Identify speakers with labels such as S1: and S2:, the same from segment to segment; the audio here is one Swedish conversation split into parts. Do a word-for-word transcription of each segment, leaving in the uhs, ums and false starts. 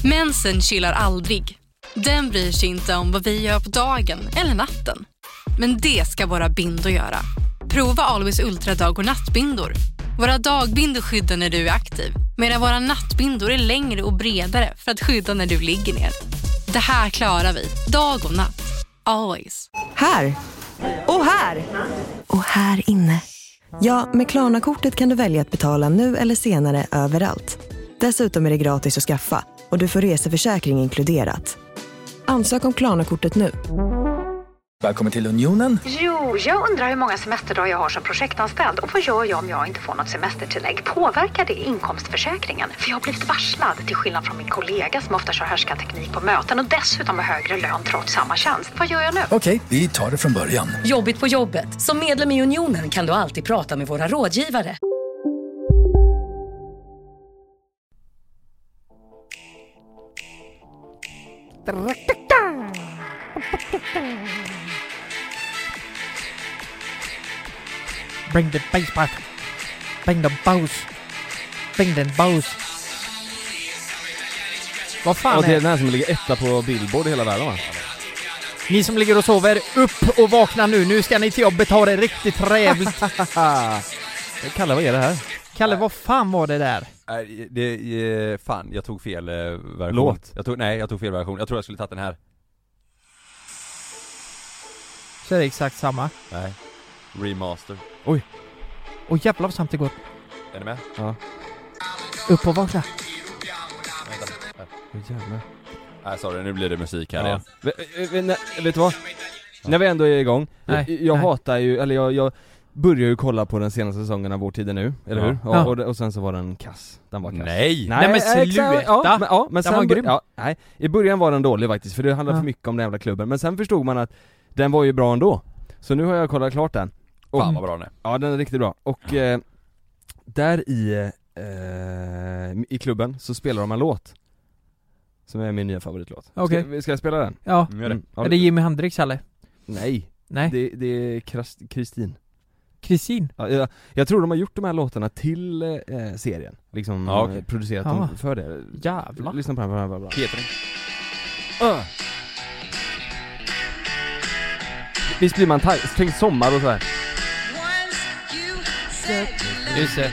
S1: Mensen chillar aldrig. Den bryr sig inte om vad vi gör på dagen eller natten. Men det ska våra bindor göra. Prova Always Ultra dag- och nattbindor. Våra dagbindor skyddar när du är aktiv, medan våra nattbindor är längre och bredare för att skydda när du ligger ner. Det här klarar vi, dag och natt. Always.
S2: Här! Och här! Och här inne. Ja, med Klarna-kortet kan du välja att betala nu eller senare överallt. Dessutom är det gratis att skaffa och du får reseförsäkring inkluderat. Ansök om Klarna-kortet nu.
S3: Välkommen till Unionen.
S4: Jo, jag undrar hur många semesterdagar jag har som projektanställd. Och vad gör jag om jag inte får något semestertillägg? Påverkar det inkomstförsäkringen? För jag har blivit varslad, till skillnad från min kollega som ofta kör härskarteknik på möten och dessutom har högre lön trots samma tjänst. Vad gör jag nu?
S3: Okej, vi tar det från början.
S5: Jobbigt på jobbet. Som medlem i Unionen kan du alltid prata med våra rådgivare.
S6: Bring the bass back. Bring the bows. Bring the bows. Vad fan
S7: och det är
S6: är
S7: den här som ligger etta på Billboard i hela världen, va?
S6: ni som ligger och sover, upp och vakna nu. Nu ska ni till jobbet, ha det riktigt trevligt.
S7: Kalle, vad är det här?
S6: Kalle, vad fan var det där?
S8: Nej, det är fan, jag tog fel eh, version.
S7: Låt.
S8: Jag tog, nej, jag tog fel version. Jag tror jag skulle tagit den här.
S6: Så är det exakt samma.
S8: Nej. Remaster.
S6: Oj. Och jävlar vad snabbt det går.
S8: Är ni med?
S7: Ja.
S6: Upp och vakna.
S8: Vänta.
S7: Åh, jävlar.
S8: Nej, sorry, nu blir det musik här
S7: Ja.
S8: igen.
S7: Vet, vet, vet, vet du vad? Ja. När vi ändå är igång.
S6: Nej,
S7: jag jag
S6: nej.
S7: hatar ju, eller jag, jag börjar ju kolla på den senaste säsongen av Vår tid är nu, eller
S8: Ja.
S7: hur?
S6: Ja.
S7: Och, och, och sen så var den kass. Den var kass.
S8: Nej!
S6: Nej, men
S7: exakt.
S6: sluta.
S7: Ja, men, ja, men
S6: Den
S7: sen
S6: var
S7: bör-
S6: grym.
S7: ja, nej, i början var den dålig faktiskt, för det handlade
S6: Ja.
S7: för mycket om den jävla klubben. Men sen förstod man att den var ju bra ändå. Så nu har jag kollat klart den. Och,
S8: Fan vad bra den är.
S7: ja, den är riktigt bra. Och eh, där i eh, i klubben så spelar de en låt som är min nya favoritlåt.
S6: Okej.
S7: Ska, ska jag spela den?
S6: Ja.
S8: Mm, gör det.
S7: Ja,
S6: Är det Jimi Hendrix eller?
S7: Nej,
S6: Nej.
S7: det, det är Krast- Kristin.
S6: Kristin.
S7: Ja, jag, jag tror de har gjort de här låtarna till eh, serien. Liksom
S8: Ja, okej.
S7: eh, producerat
S6: Ja.
S7: dem för det.
S6: Jävlar.
S7: Lyssna på den, den var bra.
S8: Petring.
S7: Uh. Visst blir man taj- tänk sommar och så här.
S6: Just det.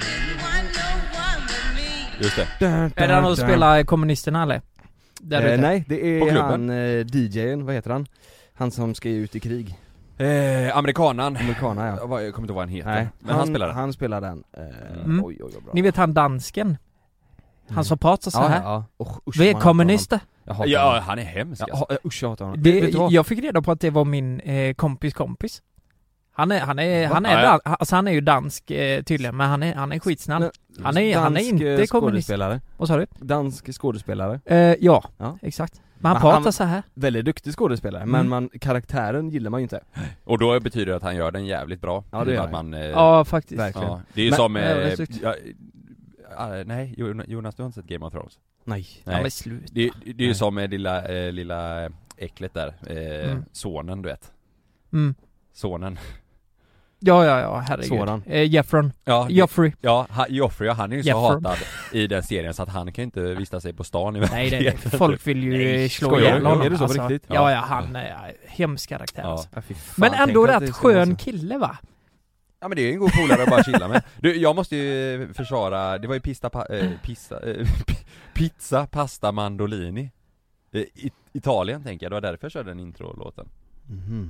S8: Just det.
S6: Är det han att spela kommunisterna eller? Där
S7: Eh,
S6: ute.
S7: nej, det
S8: På
S7: är
S8: klubben?
S7: han eh, D J:n, vad heter han? Han som ska ut i krig.
S8: Eh, amerikanan.
S7: Amerikana, ja.
S8: Jag var- jag kommer inte ihåg vad han heter.
S7: Nej,
S8: Men han, spelar den.
S7: Han spelar den. Eh,
S6: Mm.
S7: Oj, oj, oj, bra.
S6: Ni vet han dansken? Han som pratar så
S7: ja,
S6: här.
S7: ja. Oh, usch,
S6: Vi är
S7: man hatar
S6: kommunister.
S7: honom. Jag hatar
S8: Ja,
S7: honom.
S8: han är hemsk
S7: Ja,
S8: alltså.
S7: ha- usch, jag hatar honom.
S6: Det,
S7: vet, vet du vad?
S6: jag fick reda på att det var min eh, kompis kompis. Han är, han är, han är,
S8: Ja, ja.
S6: dan- alltså han är ju dansk eh, tydligen, men han är, han är skitsnabb.
S7: Men-
S6: Han är, han är
S7: Dansk,
S6: inte
S7: eh,
S6: kommunist.
S7: skådespelare.
S6: Vad sa du?
S7: Dansk skådespelare.
S6: Eh, ja,
S7: Ja.
S6: exakt. Men han
S7: Men
S6: pratar
S7: han-
S6: så här.
S7: Väldigt duktig skådespelare, men
S6: Mm.
S7: man, karaktären gillar man ju inte.
S8: Och då betyder det att han gör den jävligt bra.
S7: Ja, det gör
S8: att
S7: han.
S8: man, eh,
S6: Ja, faktiskt.
S7: Verkligen.
S8: ja, det är ju
S7: Men-
S8: som...
S6: Ja,
S8: Eh,
S6: det är snyggt.
S8: ja, ah, nej, Jonas, du har inte sett Game of Thrones?
S7: Nej.
S8: Nej.
S6: Ja, men slut.
S8: Det, det är ju
S7: Nej.
S8: som med lilla, eh, lilla äcklet där, eh,
S6: Mm.
S8: sonen du vet.
S6: Mm.
S8: Sonen.
S6: Ja, ja, ja, herregud.
S7: Sådan.
S6: Eh, Jeffron.
S8: Ja,
S6: Joffrey.
S8: ja ha, Joffrey, han är ju så
S6: Jeffron.
S8: hatad i den serien så att han kan ju inte vistas sig på stan i
S6: Nej, nej, nej.
S8: verkligheten.
S6: Folk vill ju
S8: Nej,
S6: slå
S8: skojar
S6: ihjäl
S8: du?
S6: honom.
S7: Är det så på
S6: alltså.
S7: riktigt?
S6: Ja, ja, han är hemsk karaktär
S8: Ja.
S6: alltså.
S7: Ja, fy fan,
S6: Men
S7: tänk
S6: ändå
S7: att det
S6: rätt
S7: ska vara
S6: skön
S7: så.
S6: kille va?
S8: Ja men det är en god polare att bara chilla med. Du, jag måste ju försvara, det var ju pista, pa, eh, pizza, eh, pizza, pasta, mandolini. Eh, I, Italien tänker jag, det var därför jag körde den intro-låten.
S7: Mhm.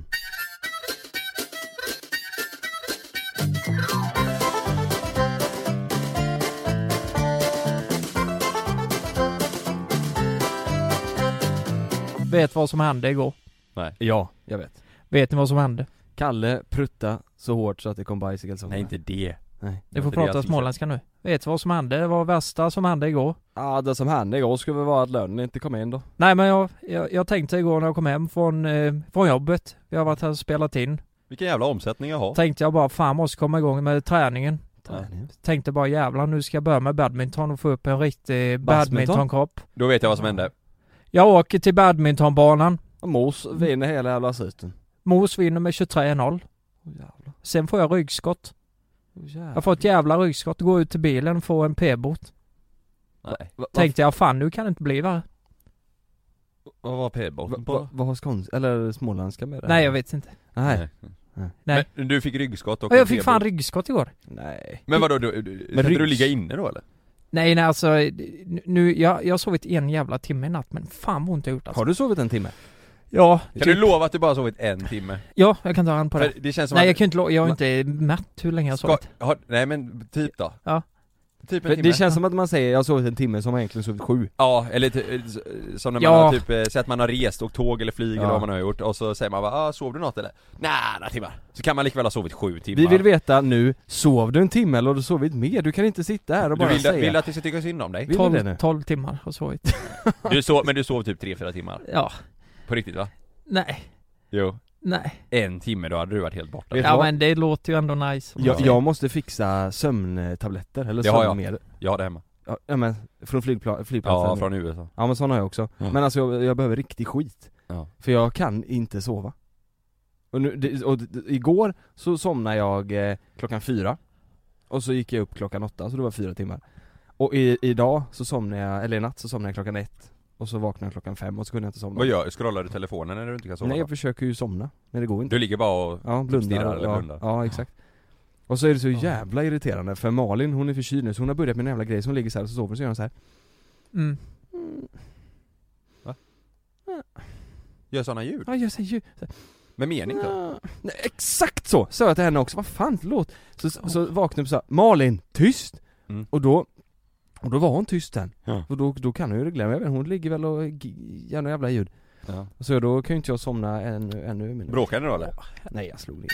S6: Vet vad som hände igår?
S7: Ja, jag vet.
S6: Vet ni vad som hände?
S7: Kalle prutta så hårt så att det kom bajs i kalsongerna.
S8: Nej inte det.
S7: Nej.
S6: Ni får
S8: Det var inte det
S6: prata
S8: jag skulle
S6: småländska nu. Vet vad som hände? Det var värsta som hände igår.
S7: Ja, det som hände igår skulle väl vara att lönen inte kom in då.
S6: Nej men jag, jag, jag tänkte igår när jag kom hem från, eh, från säga. Vi har varit här och spelat in.
S8: Vilken jävla omsättning jag har.
S6: Tänkte jag bara, fan måste komma igång med träningen.
S7: Träning.
S6: Tänkte bara jävlar, nu ska jag börja med badminton och få upp en riktig
S7: Badminton?
S6: badmintonkropp.
S8: Då vet jag vad som hände.
S6: Jag åker till badmintonbanan.
S7: Och Mos vinner hela jävla skiten.
S6: Mos vinner med tjugotre noll.
S7: Åh jävlar.
S6: Sen får jag ryggskott.
S7: Åh jävlar.
S6: Jag får ett jävla ryggskott. Går ut till bilen och får en p-bot.
S8: Nej.
S7: Va- va-
S6: Tänkte jag, fan nu kan det inte bli värre.
S8: Vad var p-botten på?
S7: Va, vad har skåns eller småländska med det?
S6: Nej, jag vet inte.
S7: Nej.
S8: Nej.
S6: Nej.
S8: Men du fick ryggskott och
S6: Och jag fick fan ryggskott igår.
S7: Nej.
S8: Men vadå, du, du,
S7: Men
S8: du
S7: ryggs-
S8: ligga inne då eller?
S6: Nej, nej alltså, nu, jag, jag har sovit en jävla timme i natt, men fan vad ont jag gjort alltså.
S7: Har du sovit en timme?
S6: Ja,
S8: Kan
S6: typ.
S8: du lova att du bara sovit en timme?
S6: Ja, jag kan ta hand på det.
S8: För det känns som
S6: Nej,
S8: att
S6: jag kan inte lo- jag är
S8: Ma-
S6: inte mätt hur länge jag har
S8: Ska,
S6: sovit.
S8: har, nej men typ då?
S6: Ja.
S8: Typ en
S7: För
S8: timme?
S7: det känns som att man säger jag har sovit en timme som man egentligen sovit sju.
S8: Ja, eller ty, som när man
S6: Ja.
S8: har typ, eh, säg att man har rest och tåg eller flyg
S7: Ja.
S8: eller vad man har gjort. Och så säger man bara, ah, sov du något eller? Nej, några timmar. Så kan man likväl ha sovit sju timmar.
S7: Vi vill veta nu, sov du en timme eller har du sovit mer? Du kan inte sitta här och
S8: Du
S7: bara
S8: vill,
S7: säga.
S8: vill du att vi ska tycka synd om dig?
S7: Vill du det nu?
S6: tolv, tolv timmar har sovit.
S8: Du sov, men du sov typ tre fyra timmar?
S6: Ja.
S8: På riktigt va?
S6: Nej.
S8: Jo.
S6: Nej.
S8: En timme då hade du varit helt borta.
S7: Vet du
S6: Ja
S7: vad?
S6: men det låter ju ändå nice.
S7: jag, jag måste fixa sömntabletter eller
S8: Det har jag.
S7: sömnmedel.
S8: Jag har det hemma.
S7: Ja, ja men från flygplan, flygplatsen.
S8: Ja, från U S A.
S7: Ja men sån har jag också.
S8: Ja.
S7: Men alltså jag, jag behöver riktig skit.
S8: Ja.
S7: För jag kan inte sova. Och, nu, det, och d- igår så somnade jag eh, klockan fyra. Och så gick jag upp klockan åtta, så det var fyra timmar. Och i, idag så somnade jag, eller i natt så somnade jag klockan ett. Och så vaknade jag klockan fem och så kunde jag inte somna.
S8: Vad gör Scrollar du telefonen när du inte kan sova?
S7: Nej jag
S8: då?
S7: försöker ju somna, men det går inte.
S8: Du ligger bara och
S7: Ja, blundar.
S8: stirrar eller
S7: ja,
S8: blundar?
S7: ja, exakt. Och så är det så
S8: Ja.
S7: jävla irriterande, för Malin hon är förkyld nu, så hon har börjat med en jävla grej, så hon ligger så här och så sover, så gör hon så här.
S6: Mm.
S8: Gör såna ljud?
S7: Ja, jag säger ju
S8: Med mening då?
S7: Ja. Nej, exakt så! Sa jag till henne också, vad fan låt? Så, så, så vaknade jag och sa, Malin, tyst!
S8: Mm.
S7: Och då Och då var hon tyst sen.
S8: Ja.
S7: Och då, då kan hon ju reglera, jag vet inte, hon ligger väl och g- gör några jävla ljud.
S8: Ja.
S7: Så då kan ju inte jag somna ännu, ännu mindre.
S8: Bråkar ni då eller?
S7: Nej, jag slog ner.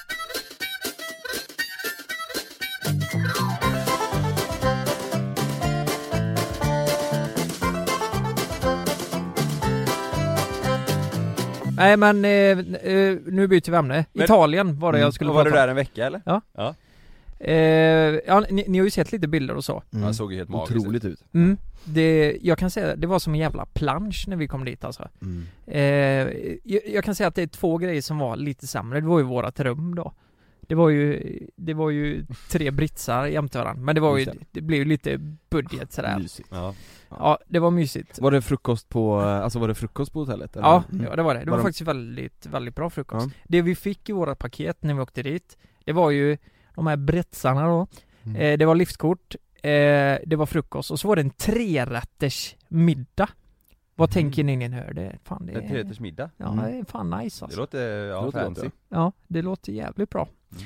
S6: Nej men, eh, eh, nu byter vi ämne.
S8: Men-
S6: Italien var det jag skulle
S8: Och var du
S6: prata
S8: där en vecka eller?
S6: Ja.
S8: Ja.
S6: Eh, ja, ni, ni har ju sett lite bilder och så.
S7: Mm.
S8: Han såg ju helt magiskt
S7: Otroligt ut.
S6: Mm. Det, jag kan säga, det var som en jävla plansch när vi kom dit alltså.
S7: Mm.
S6: Eh, jag, jag kan säga att det är två grejer som var lite sämre. Det var ju vårat rum då. Det var ju, det var ju tre britsar jämte varandra. Men det var ju,
S7: Just det.
S6: det blev ju lite budget sådär.
S7: Mysigt.
S8: Ja.
S6: Ja, det var mysigt.
S7: Var det frukost på, alltså var det frukost på hotellet? Eller?
S6: Ja,
S7: Mm.
S6: ja, det var det. Det var,
S7: Var de-
S6: faktiskt väldigt, väldigt bra frukost.
S7: Ja.
S6: Det vi fick i våra paket när vi åkte dit, det var ju de här bretsarna då.
S7: Mm.
S6: Eh, det var liftkort, eh, det var frukost och så var det en trerätters middag. Vad
S7: Mm.
S6: tänker ni när ni hör det? Fan, det
S8: En trerätters middag?
S6: Ja,
S7: Mm.
S6: det är fan nice
S8: Det
S6: alltså.
S8: låter, ja,
S7: Det låter
S8: fancy.
S7: gott,
S6: Ja, det låter jävligt bra.
S8: Mm.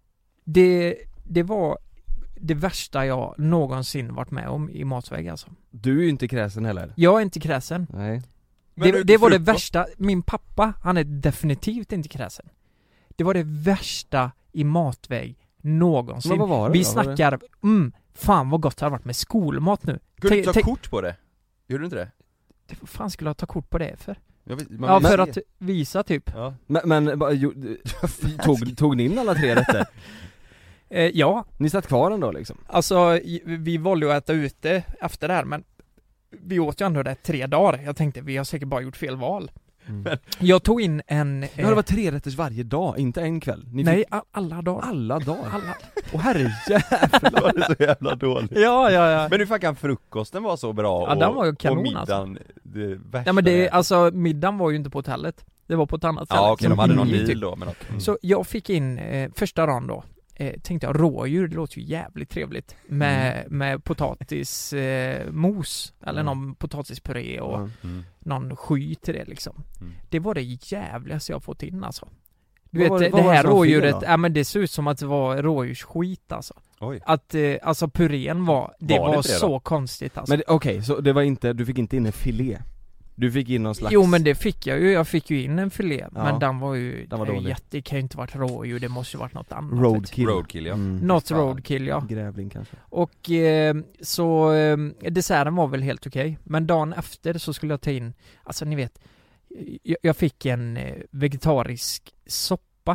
S6: Det, det var det värsta jag någonsin varit med om i matväg alltså.
S7: Du är ju inte kräsen heller.
S6: Jag är inte kräsen.
S7: Nej.
S8: Men
S6: Det,
S8: du-
S6: det var det
S8: frukost?
S6: värsta, min pappa, han är definitivt inte kräsen. Det var det värsta i matväg någonsin.
S7: Men vad var det
S6: Vi
S7: då? Var det-
S6: snackar, mm, fan vad gott det har varit med skolmat nu.
S8: Kunde du
S6: Tänk-
S8: ta
S6: tänk-
S8: kort på det? Gjorde du inte det?
S6: Det vad fan skulle jag ta kort på det för?
S8: Jag vet, man
S6: Ja,
S8: vill
S6: för
S8: se.
S6: att visa typ.
S8: Ja.
S7: Men, men bara, jo, tog, tog ni in alla tre rätter?
S6: Eh, ja,
S7: Ni satt kvar ändå liksom?
S6: alltså i- vi valde ju att äta ute efter det här, men vi åt ju ändå det tre dagar. Jag tänkte, vi har säkert bara gjort fel val.
S7: Mm.
S6: Jag tog in en...
S7: Ja, det var tre rätters varje dag, inte en kväll. Ni
S6: nej,
S7: fick
S6: a- alla dagar.
S7: alla dagar.
S6: Alla.
S7: Åh herrejävlar.
S8: var det så jävla dåligt.
S6: Ja, ja, ja.
S8: Men hur fan kan frukosten vara så bra?
S6: Ja,
S8: och,
S6: den var ju kanon,
S8: och middagen, det värsta
S6: Ja men det,
S8: är-
S6: alltså middagen var ju inte på hotellet. Det var på ett annat ställe.
S8: Ja okej, de
S6: som
S8: hade någon
S6: ingick
S8: deal
S6: typ.
S8: då men okej.
S6: Så jag fick in eh, första dagen då, eh, tänkte jag rådjur, det låter ju jävligt trevligt. Med, med potatis eh, mos, eller
S7: Mm.
S6: någon potatispuré och
S7: Ja.
S8: Mm.
S6: någon sky till det liksom.
S8: Mm.
S6: Det var det jävligaste jag fått in alltså. Du
S7: Vad
S6: vet,
S7: var
S6: det,
S7: det- vad
S6: det
S7: var det
S6: här
S7: som var fel
S6: rådjuret,
S7: då?
S6: ja men det ser ut som att det var rådjursskit alltså.
S8: Oj.
S6: Att, eh, alltså purén var, det
S8: Var
S6: var,
S8: det inte det
S6: så
S8: då?
S6: konstigt alltså.
S7: Men det- okej, så det var inte, du fick inte in en filé? Du fick in någon slags...
S6: Jo men det fick jag ju, jag fick ju in en filé,
S7: Ja.
S6: men den var ju,
S7: Den var
S6: det, är ju
S7: dålig.
S6: jätte, det kan ju inte varit rådjur, det måste ju varit något annat.
S7: Roadkill.
S8: Roadkill, ja.
S7: Mm.
S6: Något
S8: Fan.
S6: roadkill ja.
S7: Grävling kanske.
S6: Och eh, så, eh, desserten var väl helt okej, men dagen efter så skulle jag ta in, alltså ni vet, jag, jag fick en eh, vegetarisk soppa,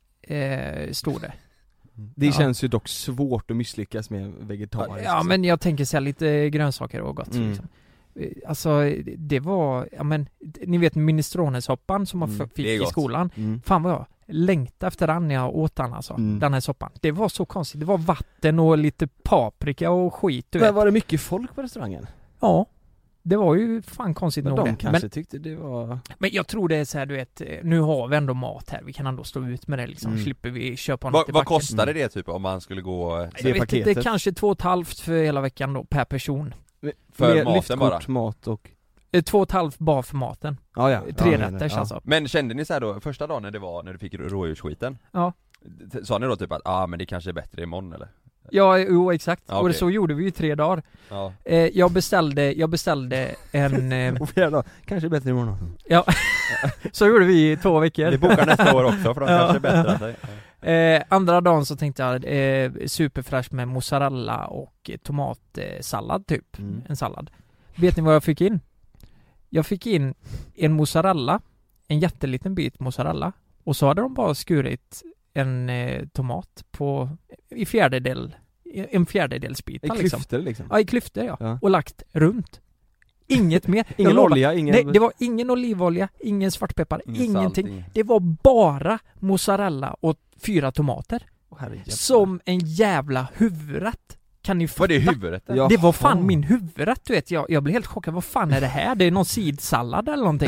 S6: eh, stod det.
S7: Det
S6: Ja.
S7: känns ju dock svårt att misslyckas med en vegetarisk.
S6: Ja men jag tänker säga lite grönsaker och gott
S7: Mm.
S6: liksom. Eh, Alltså det var, ja men, ni vet minestronesoppan som man
S7: Mm,
S6: f- fick
S8: det är
S6: i
S8: gott.
S6: skolan.
S7: Mm.
S6: Fan vad jag längtade efter den när jag åt den alltså,
S7: Mm.
S6: den här soppan. Det var så konstigt, det var vatten och lite paprika och skit du
S7: Men
S6: vet.
S7: var det mycket folk på restaurangen?
S6: Ja, det var ju fan konstigt
S7: Men
S6: nog
S7: de
S6: det.
S7: kanske
S6: Men,
S7: tyckte det var...
S6: men jag tror det är så här, du vet, nu har vi ändå mat här, vi kan ändå stå ut med det liksom,
S7: Mm.
S6: slipper vi köpa något
S8: Vad,
S6: i
S8: vad
S6: backen.
S8: kostade det typ om man skulle gå
S6: Jag
S7: det
S6: vet
S7: paketet?
S6: inte, kanske två och ett halvt för hela veckan då, per person.
S8: För
S7: Med
S8: maten
S7: liftkort,
S8: bara?
S7: mat och...
S6: Eh, Två och ett halvt bara för maten.
S7: Ja, ja.
S6: Tre
S7: ja,
S6: rätters
S7: ja.
S6: alltså.
S8: Men kände ni så här då, första dagen när det var, när du fick rådjursskiten?
S6: Ja.
S8: T- Sa ni då typ att, ah men det kanske är bättre imorgon eller?
S6: Ja, jo exakt.
S8: Ja,
S6: Och
S8: okej.
S6: så gjorde vi ju tre dagar.
S8: Ja.
S6: Eh, jag beställde, jag beställde en... Eh,
S7: Och fjärde dag, kanske bättre imorgon.
S6: ja, så gjorde vi i två veckor.
S8: Vi bokar nästa år också för de
S6: Ja.
S8: kanske bättrar sig.
S6: Eh, andra dagen så tänkte jag eh, superfräsch med mozzarella och eh, tomatsallad typ.
S7: Mm.
S6: En sallad. Vet ni vad jag fick in? Jag fick in en mozzarella, en jätteliten bit mozzarella, och så hade de bara skurit en eh, tomat på i fjärdedel, en fjärdedelsbit
S7: I
S6: liksom.
S7: klyftor liksom.
S6: Ja, i klyftor ja.
S7: Ja.
S6: Och lagt runt. Inget mer. Jag
S7: Ingen
S6: lovar.
S7: olja, ingen...
S6: Nej, det var ingen olivolja, ingen svartpeppar,
S8: Ingen
S6: ingenting.
S8: salt, ingen-
S6: Det var bara mozzarella och fyra tomater.
S7: Åh, herrejävlar.
S6: Som en jävla huvudrätt. Kan ni fatta?
S8: Var det huvudrätt?
S7: Ja.
S6: Det var fan
S7: Jaha.
S6: min huvudrätt, du vet. Jag, jag blev helt chockad. Vad fan är det här? Det är någon sidsallad eller någonting.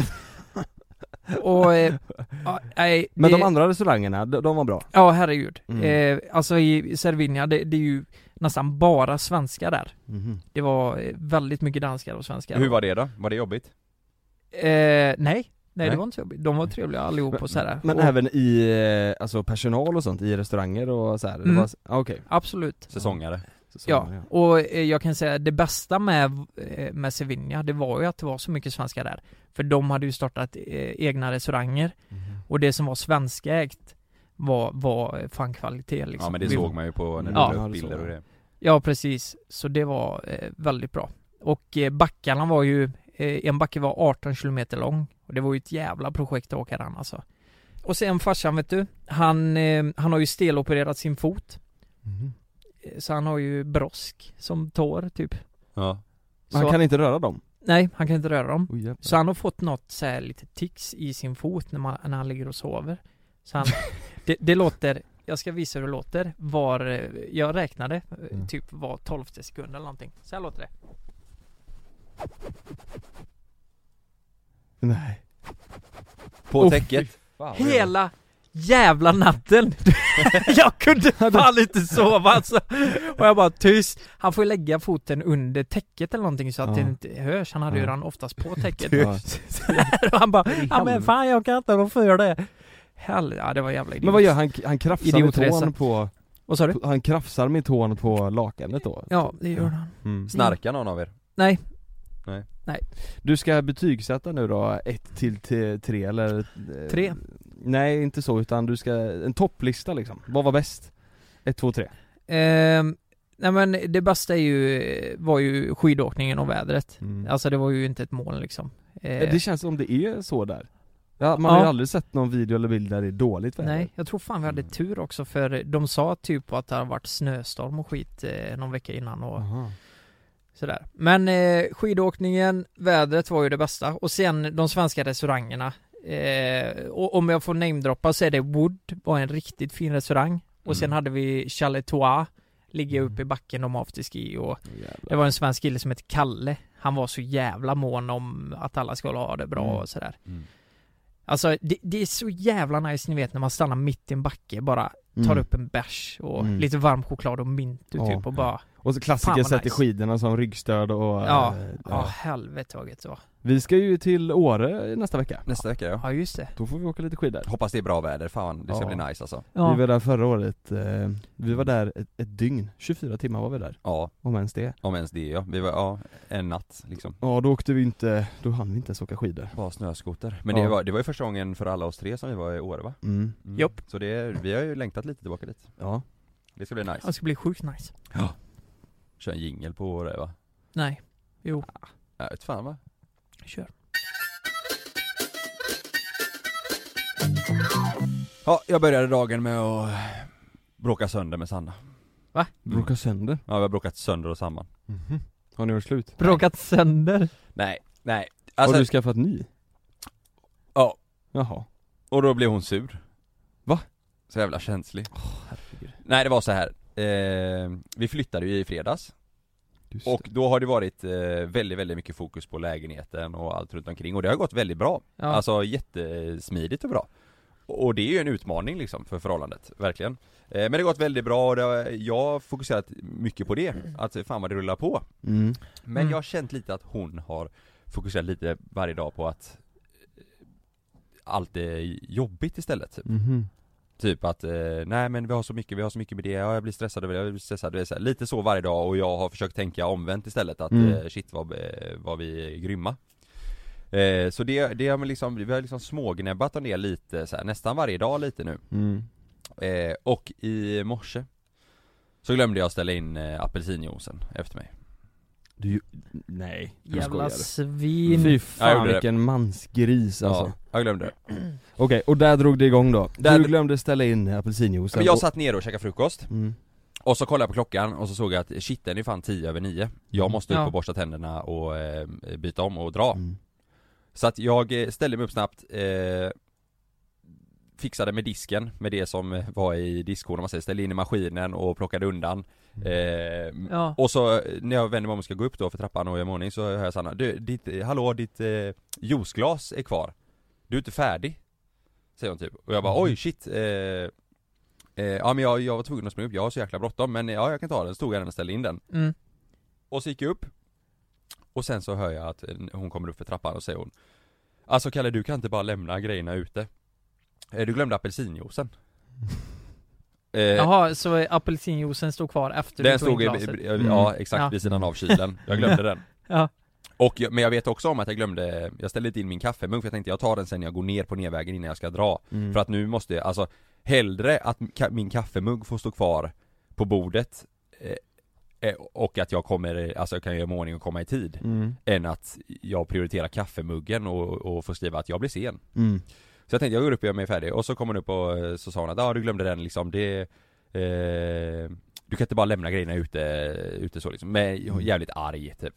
S6: Och... Eh, ja, nej,
S7: Men
S6: det,
S7: de andra restaurangerna, de, de var bra.
S6: Ja, herregud.
S7: Mm.
S6: Eh, alltså i Cervinia, det, det är ju nästan bara svenskar där.
S7: Mhm.
S6: Det var eh, väldigt mycket danskar och svenskar.
S8: Hur var det då? Var det jobbigt?
S6: Eh, nej. Nej,
S8: Nej.
S6: det var inte så jobbigt. De var trevliga allihop och sådär.
S7: Men
S6: och,
S7: även i, eh, alltså personal och sånt, i restauranger och så här.
S6: Mm.
S7: Det var, ah, okej.
S6: Absolut.
S8: Säsongare?
S7: Så-
S6: Ja,
S7: ja.
S6: och eh, jag kan säga det bästa med, eh, med Cervinia, det var ju att det var så mycket svenskar där. För de hade ju startat eh, egna restauranger,
S7: Mhm.
S6: och det som var svenskägt var, var fan kvalitet liksom.
S8: Ja men det
S6: Vi-
S8: såg man ju på när du
S6: Ja.
S8: la
S7: Ja,
S8: upp
S7: det
S8: bilder
S7: såg
S8: och
S7: jag.
S8: det.
S6: Ja, precis. Så det var eh, väldigt bra. Och eh, backarna var ju, eh, en backe var arton kilometer lång, och det var ju ett jävla projekt att åka den alltså. Och sen farsan, vet du, han, eh, han har ju stelopererat sin fot.
S7: Mhm.
S6: Så han har ju brosk som tår typ.
S8: Ja.
S7: Men han
S6: Så-
S7: kan inte röra dem?
S6: Nej, han kan inte röra dem.
S7: Oh, jävlar.
S6: Så han har fått något så här lite tics i sin fot när, man, när han ligger och sover. Så han, det, det låter, jag ska visa hur det låter, var, eh, jag räknade, eh,
S7: Mm.
S6: typ var tolfte sekund eller någonting. Så här låter det.
S7: Nej.
S8: På
S6: Oh,
S8: täcket? Fan, vad
S6: Hela jävla natten! Jag kunde fan inte sova alltså. Och jag bara tyst. Han får ju lägga foten under täcket eller någonting så att
S7: Ja.
S6: det inte hörs. Han hade ju
S7: Ja.
S6: den oftast på täcket.
S7: Ja.
S6: Och han bara, ja men fan jag kan inte rå för det. Hell, ja det var jävla idiot.
S7: Men vad gör han? Han krafsar med
S6: Idiotresa.
S7: tån på...
S6: Vad sa du?
S7: Han krafsar med tån på lakanet då?
S6: Ja, det gör han.
S7: Mm.
S8: Snarkar någon av er?
S6: Nej.
S8: Nej.
S7: Du ska betygsätta nu då, ett till t- tre eller? eh,
S6: Tre.
S7: Nej, inte så, utan du ska, en topplista liksom. Vad var bäst? Ett, två, tre.
S6: Ehm, nej men det bästa är ju, var ju skidåkningen och vädret.
S7: Mm.
S6: Alltså det var ju inte ett mål liksom. Eh,
S7: Det känns som det är så där. Ja, man
S6: Ja.
S7: har ju aldrig sett någon video eller bild där det är dåligt väder.
S6: Nej, jag tror fan vi hade tur också, för de sa typ att det har varit snöstorm och skit eh, någon vecka innan och
S7: Aha.
S6: sådär. Men eh, skidåkningen, vädret var ju det bästa. Och sen de svenska restaurangerna. Eh, och om jag får namedroppa så är det Wood, var en riktigt fin restaurang. Och sen
S8: Mm.
S6: hade vi Chalet Trois, ligger uppe i backen om afterski, och
S7: Jävlar.
S6: det var en svensk kille som heter Kalle. Han var så jävla mån om att alla skulle ha det bra
S7: Mm.
S6: och sådär.
S8: Mm.
S6: Alltså det, det är så jävla nice, ni vet, när man stannar mitt i en backe, bara tar
S7: Mm.
S6: upp en bärs och
S7: Mm.
S6: lite varm choklad och mint
S7: Ja.
S6: typ och bara,
S7: Och så
S6: Fan
S7: klassiker
S6: vad
S7: sätter
S6: nice.
S7: skidorna som ryggstöd och...
S6: ja,
S7: eh,
S6: ja, helvete vad gött det var.
S7: Vi ska ju till Åre nästa vecka.
S8: Nästa vecka ja.
S6: Ja just det.
S7: Då får vi åka lite skidor.
S8: Hoppas det är bra väder, fan det ska
S7: Ja.
S8: bli nice alltså.
S6: Ja.
S7: Vi var där förra året, eh, vi var där ett, ett dygn, tjugofyra timmar var vi där,
S8: Ja,
S7: om ens det.
S8: om ens det ja. Vi var, ja, en natt liksom.
S7: Ja, då åkte vi inte, då hann vi inte ens åka skidor.
S8: Bara snöskoter. Men
S7: Ja.
S8: det var, det var ju första gången för alla oss tre som vi var i Åre va?
S7: Mm.
S8: Mm.
S6: Jopp.
S8: Så det, vi har ju längtat lite tillbaka dit.
S7: Ja.
S8: Det ska bli nice.
S6: Det ska bli sjukt nice.
S8: Kör en jingle på Åre va?
S6: Nej, jo,
S8: Jag vet fan va?
S6: kör.
S8: Ja, jag började dagen med att bråka sönder med Sanna.
S6: Va?
S8: Mm.
S7: Bråka sönder.
S8: Ja, vi har bråkat sönder och samman.
S7: Mhm. Har ni gjort slut?
S6: Bråkat sönder.
S8: Nej, nej.
S7: Har
S8: Alltså,
S7: du skaffat ny?
S8: ja.
S7: Jaha.
S8: Och då blev hon sur.
S7: Va?
S8: Så jävla känslig.
S7: Herregud.
S8: Nej, det var så här. Eh, vi flyttade ju i fredags.
S7: Just
S8: Och då har det varit eh, väldigt, väldigt mycket fokus på lägenheten och allt runt omkring. Och det har gått väldigt bra.
S6: Ja.
S8: Alltså jättesmidigt och bra. Och det är ju en utmaning liksom för förhållandet, verkligen. Eh, men det har gått väldigt bra och det har, jag har fokuserat mycket på det. Att fan vad det rullar på.
S7: Mm.
S8: Men
S6: Mm.
S8: jag har känt lite att hon har fokuserat lite varje dag på att allt är jobbigt istället. Typ,
S7: Mhm.
S8: typ att, eh, nej men vi har så mycket, vi har så mycket med det, ja, jag blir stressad över det, jag blir stressad över det. Så här, lite så varje dag och jag har försökt tänka omvänt istället. Att
S7: Mm.
S8: eh, shit vad, eh, vad vi är grymma. Eh, så det, det har man liksom, vi har liksom smågnäbbat om det lite så här, nästan varje dag lite nu.
S7: Mm.
S8: Eh, och i morse så glömde jag ställa in eh, apelsinjuicen efter mig.
S7: Du, nej, du
S6: Jävla
S7: skojar.
S6: svin.
S7: Fy
S8: Jag
S7: fan
S8: gjorde det.
S7: vilken mansgris alltså.
S8: Ja, jag glömde det.
S7: Okej, och där drog det igång då.
S8: Där-
S7: Du glömde ställa in apelsinjuicen.
S8: Men jag
S7: och-
S8: satt ner och käkade frukost.
S7: Mm.
S8: Och så kollade jag på klockan och så såg jag att shit, den är fan tio över nio. Jag måste upp
S6: Ja.
S8: och borsta tänderna och eh, byta om och dra.
S7: Mm.
S8: Så att jag eh, ställde mig upp snabbt, eh, fixade med disken, med det som var i diskkoden, man säger, ställde in i maskinen och plockade undan. Eh,
S6: Ja.
S8: Och så när jag vänder mig om och ska gå upp då för trappan och göra ordning så hör jag Sanna, du, ditt, eh, hallå ditt eh, juiceglas är kvar. Du är inte färdig, säger hon typ. Och jag bara, oj shit, eh, eh, ja men jag, jag var tvungen att springa upp, jag har så jäkla bråttom, men ja jag kan ta den, stod jag den och ställde in den.
S6: Mm.
S8: Och så gick jag upp. Och sen så hör jag att eh, hon kommer upp för trappan och säger hon, alltså Kalle, du kan inte bara lämna grejerna ute. Eh, Du glömde apelsinjuicen. eh,
S6: Jaha, så apelsinjuicen stod kvar efter
S8: Den
S6: du tog
S8: stod
S6: in
S8: i,
S6: glaset?
S8: i- ja exakt
S6: Ja.
S8: vid sidan av kylen. Jag glömde den.
S6: Ja.
S8: Och jag, men jag vet också om att jag glömde, jag ställde inte in min kaffemugg för jag tänkte jag tar den sen när jag går ner på nedvägen innan jag ska dra.
S7: Mm.
S8: För att nu måste jag, alltså hellre att ka- min kaffemugg får stå kvar på bordet eh, eh, och att jag kommer, alltså jag kan göra ordning och komma i tid.
S7: Mm.
S8: Än att jag prioriterar kaffemuggen och, och får skriva att jag blir sen.
S7: Mm.
S8: Så jag tänkte jag går upp och gör mig färdig. Och så kommer hon upp och eh, så sa hon att ah, du glömde den liksom, det eh, du kan inte bara lämna grejerna ute, ute så liksom. Men jävligt arg typ.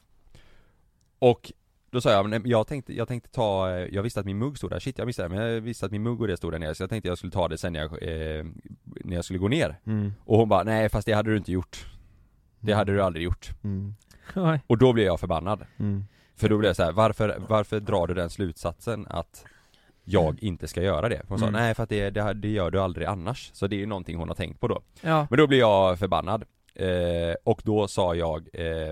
S8: Och då sa jag, men jag tänkte, jag tänkte ta, jag visste att min mugg stod där, shit jag missade det, men jag visste att min mugg och det stod där nere. Så jag tänkte jag skulle ta det sen när jag, eh, när jag skulle gå ner.
S7: Mm.
S8: Och hon bara, nej fast det hade du inte gjort. Det hade du aldrig gjort.
S7: Mm.
S6: Oj.
S8: Och då blev jag förbannad.
S7: Mm.
S8: För då blev jag så här, varför, varför drar du den slutsatsen att jag inte ska göra det? Hon sa,
S7: Mm.
S8: nej för att det, det, det gör du aldrig annars. Så det är ju någonting hon har tänkt på då.
S6: Ja.
S8: Men då blev jag förbannad. Eh, och då sa jag, eh,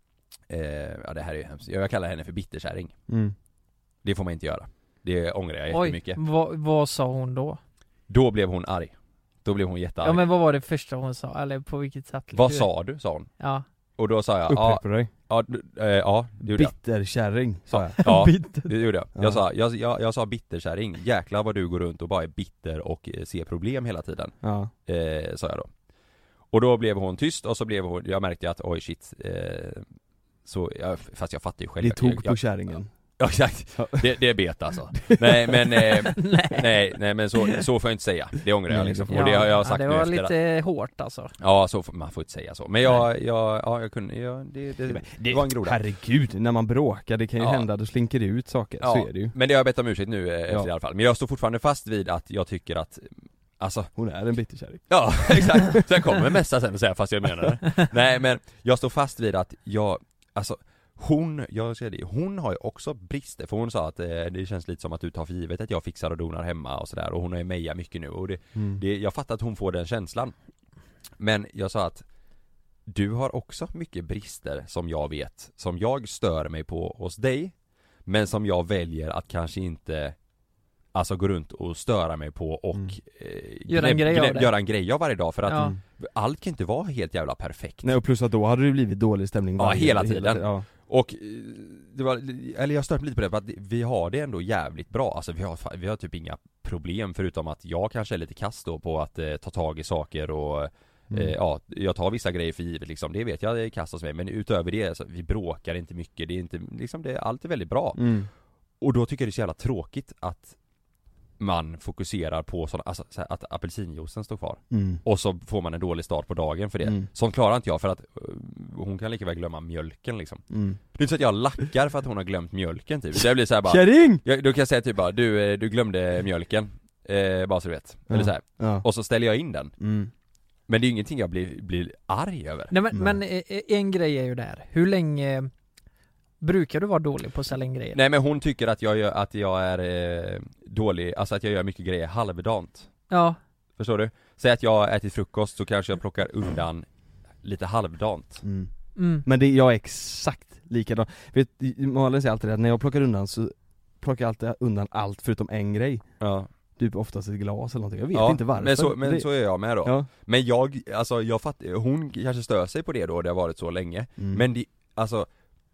S8: eh, ja det här är ju hemskt. Jag kallar henne för bitterkärring.
S7: Mm.
S8: Det får man inte göra. Det ångrar jag
S6: Oj,
S8: jättemycket.
S6: vad, vad sa hon då?
S8: Då blev hon arg. Då blev hon jättearg.
S6: Ja men vad var det första hon sa? Eller på vilket sätt?
S8: Vad sa du? Sa hon.
S6: Ja.
S8: Och då sa jag, ja,
S7: Upprepar dig.
S8: ja, du- eh, ja det gjorde jag.
S7: Bitterkärring, sa jag.
S8: Ja,
S6: Bitter.
S8: det gjorde jag.
S7: Ja.
S8: Jag sa, jag, jag, jag sa bitterkärring. Jäklar vad du går runt och bara är bitter och eh, ser problem hela tiden.
S7: Ja.
S8: Eh, sa jag då. Och då blev hon tyst och så blev hon, jag märkte att oj shit. Eh, så, jag, fast jag fattar ju själv.
S7: Det tog
S8: jag,
S7: på kärringen.
S8: Ja exakt, det, det är bet alltså. Nej men, eh, nej, nej men så, så får jag inte säga. Det ångrar jag
S7: Nej,
S8: liksom.
S7: det får-
S8: Och det har jag sagt
S6: ja, det
S8: nu
S6: var
S8: efter
S6: lite
S8: att,
S6: hårt alltså.
S8: ja så får, man får inte säga så. Men jag, jag, ja jag kunde, ja, det, det, det var en groda.
S7: Herregud, när man bråkar, det kan ju
S8: Ja.
S7: hända, då slinker det ut saker,
S8: Ja,
S7: så är det ju.
S8: men det har jag bett om ursäkt nu eh, efter
S7: Ja.
S8: i alla fall. Men jag står fortfarande fast vid att jag tycker att, alltså
S7: Hon är en bitterkärring.
S8: ja, exakt. Sen kommer mässa sen och säga fast jag menar det. Nej men jag står fast vid att jag, alltså hon, jag säger det, hon har ju också brister. För hon sa att eh, det känns lite som att du tar för givet att jag fixar och donar hemma och sådär. Och hon har ju meja mycket nu och det,
S7: Mm.
S8: det, jag fattar att hon får den känslan. Men jag sa att du har också mycket brister som jag vet, som jag stör mig på hos dig. Men som jag väljer att kanske inte, alltså gå runt och störa mig på och
S7: Mm.
S8: eh,
S6: Göra en grej av det.
S8: göra en grej av varje dag. För att
S6: Ja.
S7: Mm.
S8: allt kan inte vara helt jävla perfekt.
S7: Nej, och plus att då hade det blivit dålig stämning
S8: Ja,
S7: varje-
S8: hela tiden.
S7: Ja.
S8: Och eh, det var, eller jag stört lite på det för att vi har det ändå jävligt bra. Alltså vi har, vi har typ inga problem förutom att jag kanske är lite kass då på att eh, ta tag i saker och
S7: Mm.
S8: eh, ja, jag tar vissa grejer för givet liksom. Det vet jag, det är kass hos mig. Men utöver det, så vi bråkar inte mycket. Det är inte, liksom det, allt är väldigt bra.
S7: Mm.
S8: Och då tycker jag det är så jävla tråkigt att man fokuserar på sådana, alltså så här, att apelsinjuicen står kvar.
S7: Mm.
S8: Och så får man en dålig start på dagen för det.
S7: Mm.
S8: Sånt klarar inte jag för att uh, hon kan lika väl glömma mjölken liksom.
S7: Mm.
S8: Det är inte så att jag lackar för att hon har glömt mjölken typ. Så jag blir så här bara,
S7: Kärring!
S8: jag, då kan jag säga typ bara, du, eh, du glömde mjölken. Eh, bara så du vet. Eller
S7: Ja.
S8: så här.
S7: Ja.
S8: Och så ställer jag in den.
S7: Mm.
S8: Men det är ju ingenting jag blir, blir arg över.
S6: Nej men,
S7: Nej.
S6: men eh, en grej är ju där. Hur länge brukar du vara dålig på att sälja in grejer?
S8: Nej men hon tycker att jag gör, att jag är eh, dålig, alltså att jag gör mycket grejer halvdant.
S6: Ja.
S8: Förstår du? Säg att jag ätit frukost så kanske jag plockar undan lite halvdant.
S7: Mm.
S6: Mm.
S7: Men det, jag är exakt likadan. Vet, Malin säger alltid att när jag plockar undan så plockar jag alltid undan allt förutom en grej.
S8: Ja.
S7: Typ oftast ett glas eller någonting. Jag vet
S8: Ja,
S7: inte varför.
S8: Men så, men
S7: det...
S8: så är jag med då.
S7: Ja.
S8: Men jag, alltså jag fattar, hon kanske stör sig på det då, det har varit så länge.
S7: Mm.
S8: Men det, alltså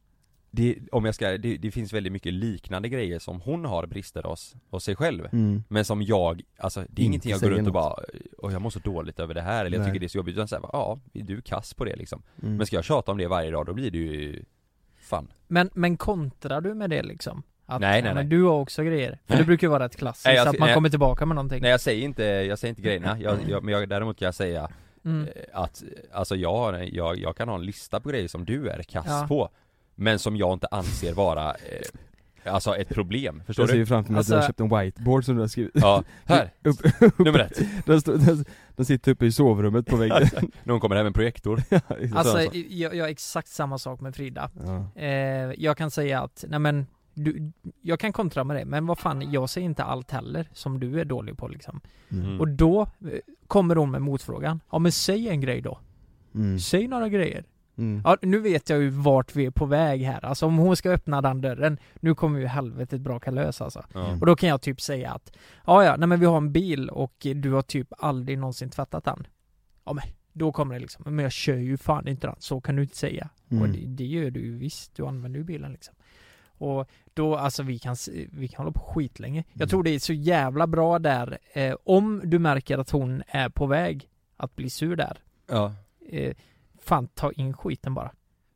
S8: det, om jag ska, det, det finns väldigt mycket liknande grejer som hon har brister hos, hos sig själv.
S7: Mm.
S8: Men som jag, alltså det är
S7: Inte
S8: ingenting jag går
S7: säger
S8: runt och
S7: något.
S8: bara och jag mår så dåligt över det här, eller jag
S7: Nej.
S8: tycker det är så jobbigt, utan så här, ja, du är kass på det liksom.
S7: Mm.
S8: Men ska jag tjata om det varje dag, då blir det ju fan.
S6: Men, men kontrar du med det liksom? Att,
S8: Nej, nej,
S6: ja, men
S8: nej.
S6: du har också grejer. För
S8: Nej.
S6: det brukar ju vara rätt klassiskt,
S8: Nej, jag-
S6: att man
S8: nej.
S6: kommer tillbaka med någonting.
S8: Nej jag säger inte, jag säger inte grejerna, jag, jag, men jag, däremot kan jag säga
S6: Mm.
S8: eh, att, alltså jag, har- jag, jag kan ha en lista på grejer som du är kass
S6: Ja.
S8: på. Men som jag inte anser vara eh, alltså ett problem, förstår
S7: Jag ser
S8: du?
S7: ju framför mig
S6: Alltså-
S7: att du har köpt en whiteboard som du har skrivit.
S8: Ja, här,
S7: Upp,
S8: nummer ett.
S7: den, står, den, den sitter uppe i sovrummet på väggen.
S8: Någon kommer hem med en projektor.
S6: Alltså,
S8: så.
S6: jag, jag har exakt samma sak med Frida.
S7: Ja.
S6: Eh, jag kan säga att, nej men, du, jag kan kontra med det, men vad fan, jag säger inte allt heller som du är dålig på liksom.
S8: Mm.
S6: Och då eh, kommer hon med motfrågan. Ja men säg en grej då.
S7: Mm.
S6: Säg några grejer.
S7: Mm.
S6: Ja, nu vet jag ju vart vi är på väg här. Alltså om hon ska öppna den dörren, nu kommer ju helvetet braka lös alltså.
S8: Ja.
S6: Och då kan jag typ säga att, ja ja, nej men vi har en bil och du har typ aldrig någonsin tvättat den. Ja men, då kommer det liksom, men jag kör ju fan inte den, så kan du inte säga.
S7: Mm.
S6: Och det, det gör du ju visst, du använder ju bilen liksom. Och då, alltså vi kan, vi kan hålla på skitlänge. Jag
S7: Mm.
S6: tror det är så jävla bra där, eh, om du märker att hon är på väg att bli sur där.
S8: Ja.
S6: Eh, fan, ta in skiten bara.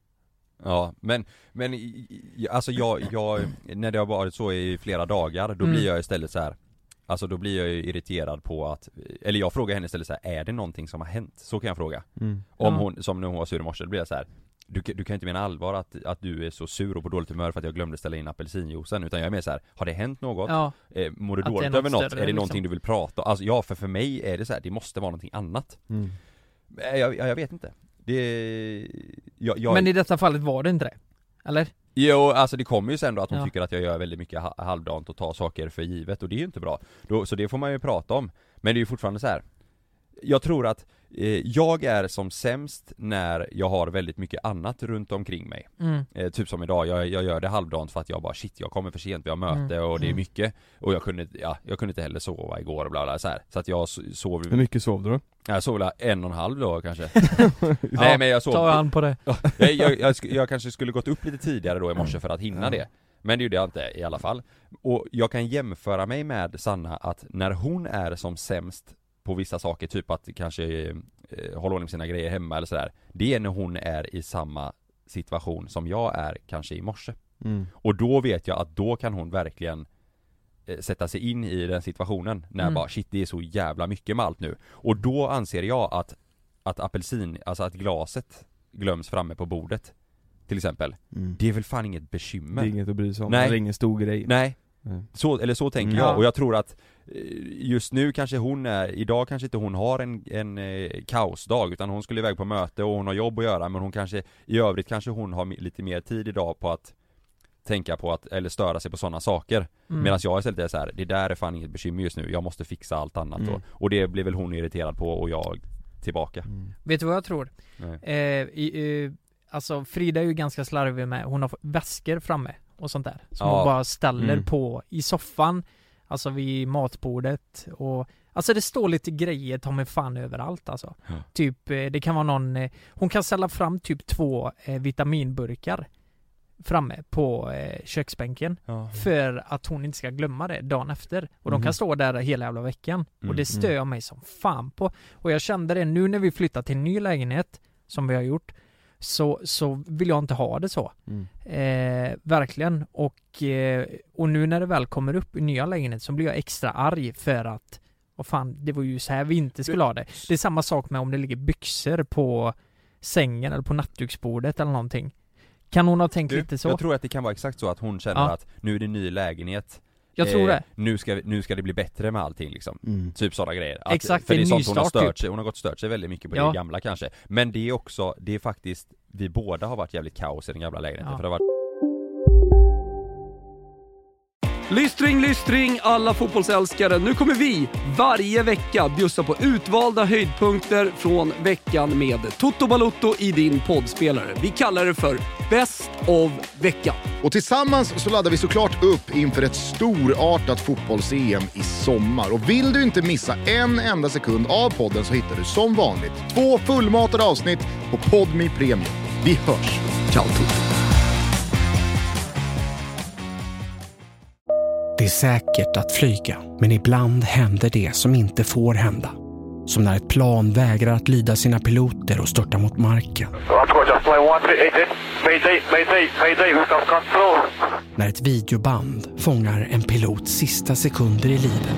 S8: Ja, men, men i- i- alltså jag, jag, när det har varit så i flera dagar, då
S6: Mm.
S8: blir jag istället så här. Alltså då blir jag ju irriterad på att, eller jag frågar henne istället så här, är det någonting som har hänt? Så kan jag fråga.
S7: Mm.
S8: Om
S6: Ja.
S8: hon, som när hon var sur i morse, då blir jag så här. Du, du kan inte mena allvar att, att du är så sur och på dåligt humör för att jag glömde ställa in apelsinjuicen, utan jag är mer så här, har det hänt något?
S6: Ja,
S8: Eh, mår du
S6: Att det är
S8: dåligt
S6: något
S8: över något?
S6: större,
S8: är det
S6: liksom.
S8: någonting du vill prata om? Alltså ja, för för mig är det så här, det måste vara någonting annat.
S7: Mm.
S8: Eh, Jag, jag, jag vet inte. Det, jag, jag,
S6: men i detta fallet var det inte det. Eller?
S8: Jo, alltså det kommer ju sen då att hon
S6: Ja.
S8: tycker att jag gör väldigt mycket ha- halvdant och tar saker för givet, och det är ju inte bra. Då, så det får man ju prata om. Men det är ju fortfarande så här. Jag tror att eh, jag är som sämst när jag har väldigt mycket annat runt omkring mig.
S6: Mm.
S8: Eh, typ som idag, jag, jag gör det halvdant för att jag bara shit, jag kommer för sent, vi har möte
S6: Mm.
S8: och det är
S6: Mm.
S8: mycket. Och jag kunde, ja, jag kunde inte heller sova igår och bla bla så här. Så att jag so- sov,
S7: Hur mycket sov du då?
S8: jag sov väl en och en halv då kanske. Nej men jag sov
S6: Ta an på det.
S8: jag, jag, jag, sk- jag kanske skulle gått upp lite tidigare då i morse för att hinna det. Men det gjorde jag inte i alla fall. Och jag kan jämföra mig med Sanna att när hon är som sämst på vissa saker, typ att kanske eh, hålla ordning på sina grejer hemma eller sådär. Det är när hon är i samma situation som jag är kanske i morse.
S7: Mm.
S8: Och då vet jag att då kan hon verkligen eh, sätta sig in i den situationen. När
S6: Mm.
S8: bara shit, det är så jävla mycket med allt nu. Och då anser jag att att apelsin, alltså att glaset glöms framme på bordet till exempel.
S7: Mm.
S8: Det är väl fan inget
S7: Det
S8: bekymmer.
S7: är inget att bry sig om,
S8: Nej.
S7: det är ingen stor grej.
S8: Nej,
S7: Nej.
S8: så, eller så tänker
S7: Mm.
S8: jag.
S6: Ja.
S8: Och jag tror att eh, just nu kanske hon är, idag kanske inte hon har en, en eh, kaosdag, utan hon skulle iväg på möte och hon har jobb att göra, men hon kanske, i övrigt kanske hon har mi- lite mer tid idag på att tänka på att, eller störa sig på sådana saker.
S6: Mm.
S8: Medan jag istället är så här, det där är fan inget bekymmer just nu, jag måste fixa allt annat
S7: Mm.
S8: då. Och det blir väl hon irriterad på och jag tillbaka.
S7: Mm.
S6: Vet du vad jag tror?
S8: Nej.
S6: Eh, i, eh, alltså Frida är ju ganska slarvig med, hon har väskor framme och sånt där. Som
S8: Ja.
S6: hon bara ställer
S7: Mm.
S6: på i soffan, alltså vid matbordet och alltså det står lite grejer ta mig fan överallt alltså.
S8: Ja.
S6: Typ, eh, det kan vara någon, eh, hon kan ställa fram typ två eh, vitaminburkar framme på eh, köksbänken
S8: Ja.
S6: för att hon inte ska glömma det dagen efter. Och de
S7: Mhm.
S6: kan stå där hela jävla veckan.
S8: Mm,
S6: Och det stör jag mig som fan på. Och jag kände det nu när vi flyttar till en ny lägenhet, som vi har gjort, så, så vill jag inte ha det så.
S7: Mm.
S6: Eh, verkligen. Och, eh, och nu när det väl kommer upp i nya lägenhet så blir jag extra arg för att vad fan, det var ju så här vi inte skulle ha det. Det är samma sak med om det ligger byxor på sängen eller på nattduksbordet eller någonting. Kan hon ha tänkt
S8: Du,
S6: lite så?
S8: jag tror att det kan vara exakt så att hon känner
S6: Ja.
S8: att nu är det ny lägenhet,
S6: Jag tror det.
S8: Nu ska, nu ska det bli bättre med allting liksom.
S7: Mm.
S8: Typ sådana grejer. Att,
S6: Exakt,
S8: för
S6: det
S8: det
S6: är
S8: är sånt hon har
S6: nystart,
S8: stört
S6: typ.
S8: sig. Hon har gått stört sig väldigt mycket på
S6: Ja.
S8: det gamla kanske. Men det är också, det är faktiskt, vi båda har varit jävligt kaos i den gamla lägenheten.
S6: Ja.
S8: För det har varit...
S9: Lystring, lystring alla fotbollsälskare. Nu kommer vi varje vecka bjussa på utvalda höjdpunkter från veckan med Toto Balotto i din poddspelare. Vi kallar det för Best of veckan.
S10: Och tillsammans så laddar vi såklart upp inför ett storartat fotbolls-E M i sommar. Och vill du inte missa en enda sekund av podden så hittar du som vanligt två fullmatade avsnitt på Podme Premium. Vi hörs. Ciao Toto.
S11: Det är säkert att flyga, men ibland händer det som inte får hända. Som när ett plan vägrar att lyda sina piloter och störtar mot marken. När ett videoband fångar en pilots sista sekunder i livet.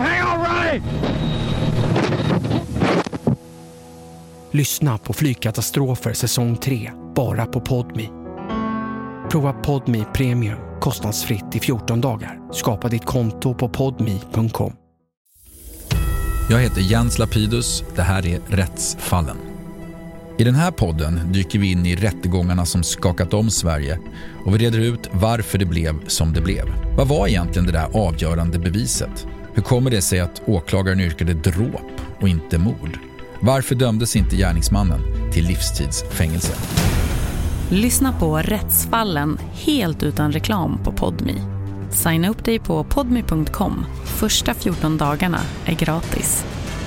S11: Lyssna på Flygkatastrofer säsong tre, bara på Podme. Prova Podme Premium kostnadsfritt i fjorton dagar. Skapa ditt konto på podme punkt com.
S3: Jag heter Jens Lapidus, det här är Rättsfallen. I den här podden dyker vi in i rättegångarna som skakat om Sverige och vi reder ut varför det blev som det blev. Vad var egentligen det där avgörande beviset? Hur kommer det sig att åklagaren yrkade dråp och inte mord? Varför dömdes inte gärningsmannen till livstidsfängelse?
S12: Lyssna på Rättsfallen helt utan reklam på Podme. Signa upp dig på podme punkt com. Första fjorton dagarna är gratis.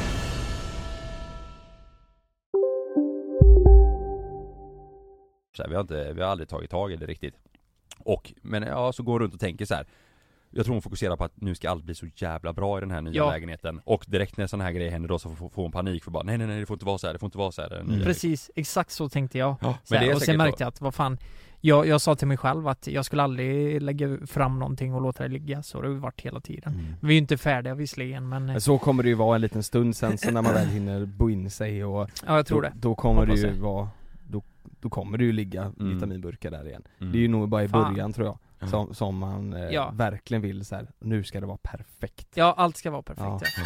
S8: Så här, vi, har inte, vi har aldrig tagit tag i det riktigt. Och, men ja, så går runt och tänker så här. Jag tror hon fokuserar på att nu ska allt bli så jävla bra i den här nya
S6: Ja.
S8: lägenheten. Och direkt när sån här grejer händer då så får, får hon panik för bara nej nej nej det får inte vara så här, det får inte vara så här.
S6: Mm. Precis, exakt så tänkte jag.
S8: Ja,
S6: så
S8: men det är
S6: och sen
S8: säkert
S6: märkte
S8: så.
S6: jag att vad fan, jag, jag sa till mig själv att jag skulle aldrig lägga fram någonting och låta det ligga. Så det har ju varit hela tiden.
S7: Mm.
S6: Vi är ju inte färdiga visserligen, men...
S7: Så kommer det ju vara en liten stund sen så när man väl hinner bo in sig och
S6: ja, jag tror
S7: då,
S6: det.
S7: då kommer
S6: Hoppas
S7: det ju
S6: det.
S7: vara då, då kommer det ju ligga
S8: Mm.
S7: vitaminburkar där igen.
S8: Mm.
S7: Det är ju nog bara i
S6: Fan.
S7: början tror jag som, som man eh,
S6: Ja.
S7: verkligen vill så här. Nu ska det vara perfekt.
S6: Ja, allt ska vara perfekt.
S7: Ja.
S6: Ja.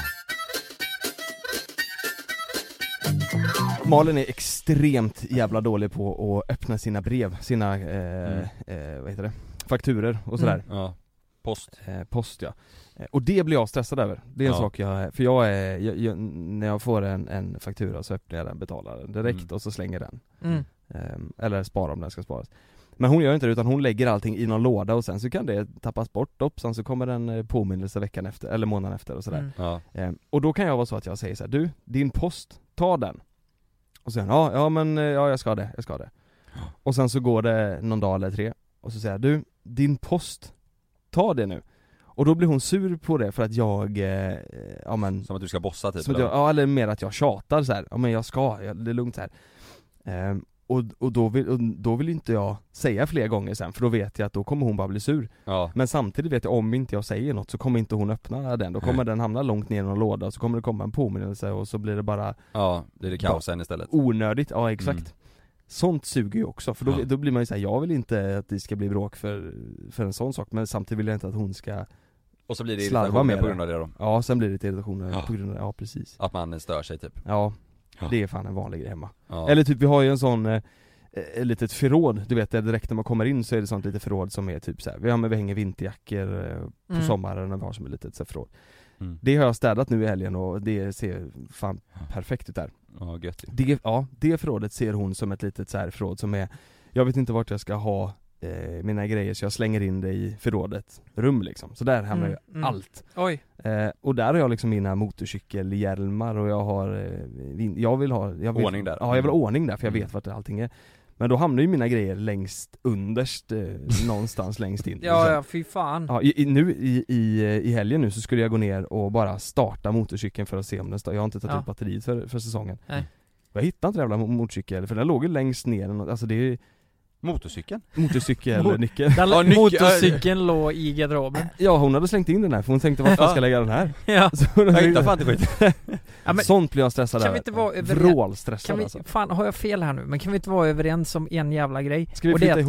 S7: Malin är extremt jävla dålig på att öppna sina brev, sina eh,
S8: Mm.
S7: eh, vad heter det? Fakturer och sådär.
S6: Mm.
S8: Ja, post.
S7: Eh, post ja. Eh, och det blir jag stressad över. Det är en
S8: Ja.
S7: sak jag, för jag är, jag, jag, när jag får en, en faktura så öppnar jag den, betalar den direkt
S8: Mm.
S7: och så slänger den.
S6: Mm.
S7: Eh, eller sparar om den ska sparas. Men hon gör inte det utan hon lägger allting i någon låda och sen så kan det tappas bort upp, sen så kommer en eh, påminnelse veckan efter, eller månaden efter och sådär.
S6: Mm.
S8: Ja.
S7: Eh, och då kan jag vara så att jag säger så här: du, din post, ta den. Och sen, ja, ja men eh, ja, jag ska det, jag ska det. Och sen så går det någon dag eller tre och så säger jag, du, din post, ta det nu. Och då blir hon sur på det för att jag, eh, ja men
S8: Som att du ska bossa typ.
S7: som att jag, ja, eller mer att jag tjatar så här. Ja men jag ska, ja, det är lugnt så här. Eh, och, och, då vill, och då vill inte jag säga fler gånger sen, för då vet jag att då kommer hon bara bli sur.
S8: Ja.
S7: Men samtidigt vet jag, om inte jag säger något så kommer inte hon öppna den. Då kommer
S8: Nej.
S7: den hamna långt ner i någon låda, så kommer det komma en påminnelse och så blir det bara
S8: Ja, det är det kaos sen istället.
S7: onödigt. Ja exakt.
S8: Mm.
S7: Sånt suger ju också, för då,
S8: Ja.
S7: då blir man ju såhär, jag vill inte att det ska bli bråk för, för en sån sak, men samtidigt vill jag inte att hon ska
S8: Och så blir det
S7: slarva
S8: irritation
S7: med
S8: på grund av det då.
S7: Ja, sen blir det irritationer
S8: Ja.
S7: på grund av det, ja precis.
S8: Att man stör sig typ.
S7: Ja,
S8: Ja.
S7: det är fan en vanlig grej hemma.
S8: Ja.
S7: Eller typ, vi har ju en sån eh, ett litet förråd, du vet, där direkt när man kommer in så är det sånt litet förråd som är typ så här. Vi har med vi hänger vinterjackor eh, på
S6: Mm.
S7: sommaren och vi har som ett litet så här förråd.
S8: Mm.
S7: Det har jag städat nu i helgen och det ser fan perfekt ut där.
S8: Ja, gött.
S7: Det, ja, det förrådet ser hon som ett litet så här förråd som är, jag vet inte vart jag ska ha eh, mina grejer, så jag slänger in det i förrådet rum liksom. Så där hamnar
S6: Mm,
S7: ju
S6: mm.
S7: allt.
S6: Oj.
S7: Eh, och där har jag liksom mina motorcykelhjälmar och jag har eh, vin- jag vill ha jag vill,
S8: Ordning där.
S7: Ja, jag vill ha ordning där för jag
S8: Mm.
S7: vet vart allting är. Men då hamnar ju mina grejer längst underst eh, någonstans längst in.
S6: Ja,
S7: liksom.
S6: ja, fy fan.
S7: Ja, i, i, nu i, i, i helgen nu så skulle jag gå ner och bara starta motorcykeln för att se om den står. Jag har inte tagit
S6: Ja.
S7: ut batteriet för, för säsongen.
S6: Nej.
S7: Jag hittade inte den jävla mo- motorcykel, för den låg ju längst ner. Alltså det är
S8: Motorcykeln?
S7: motorcykelnyckeln.
S6: Där
S8: Ja, nyc-
S6: motorcykeln låg i garderoben.
S7: Ja, hon hade slängt in den här för hon tänkte, vad fan ska jag lägga den här?
S6: Ja.
S7: Så
S8: Jag hittar fan inte skit.
S6: Ja, men
S7: sånt blir jag stressad
S6: kan
S7: över.
S6: vi inte vara
S7: Vrålstressad
S6: kan vi,
S7: alltså.
S6: fan, har jag fel här nu? Men kan vi inte vara överens om en jävla grej?
S7: Ska vi
S6: Och det är
S7: flytta
S6: att-
S7: ihop?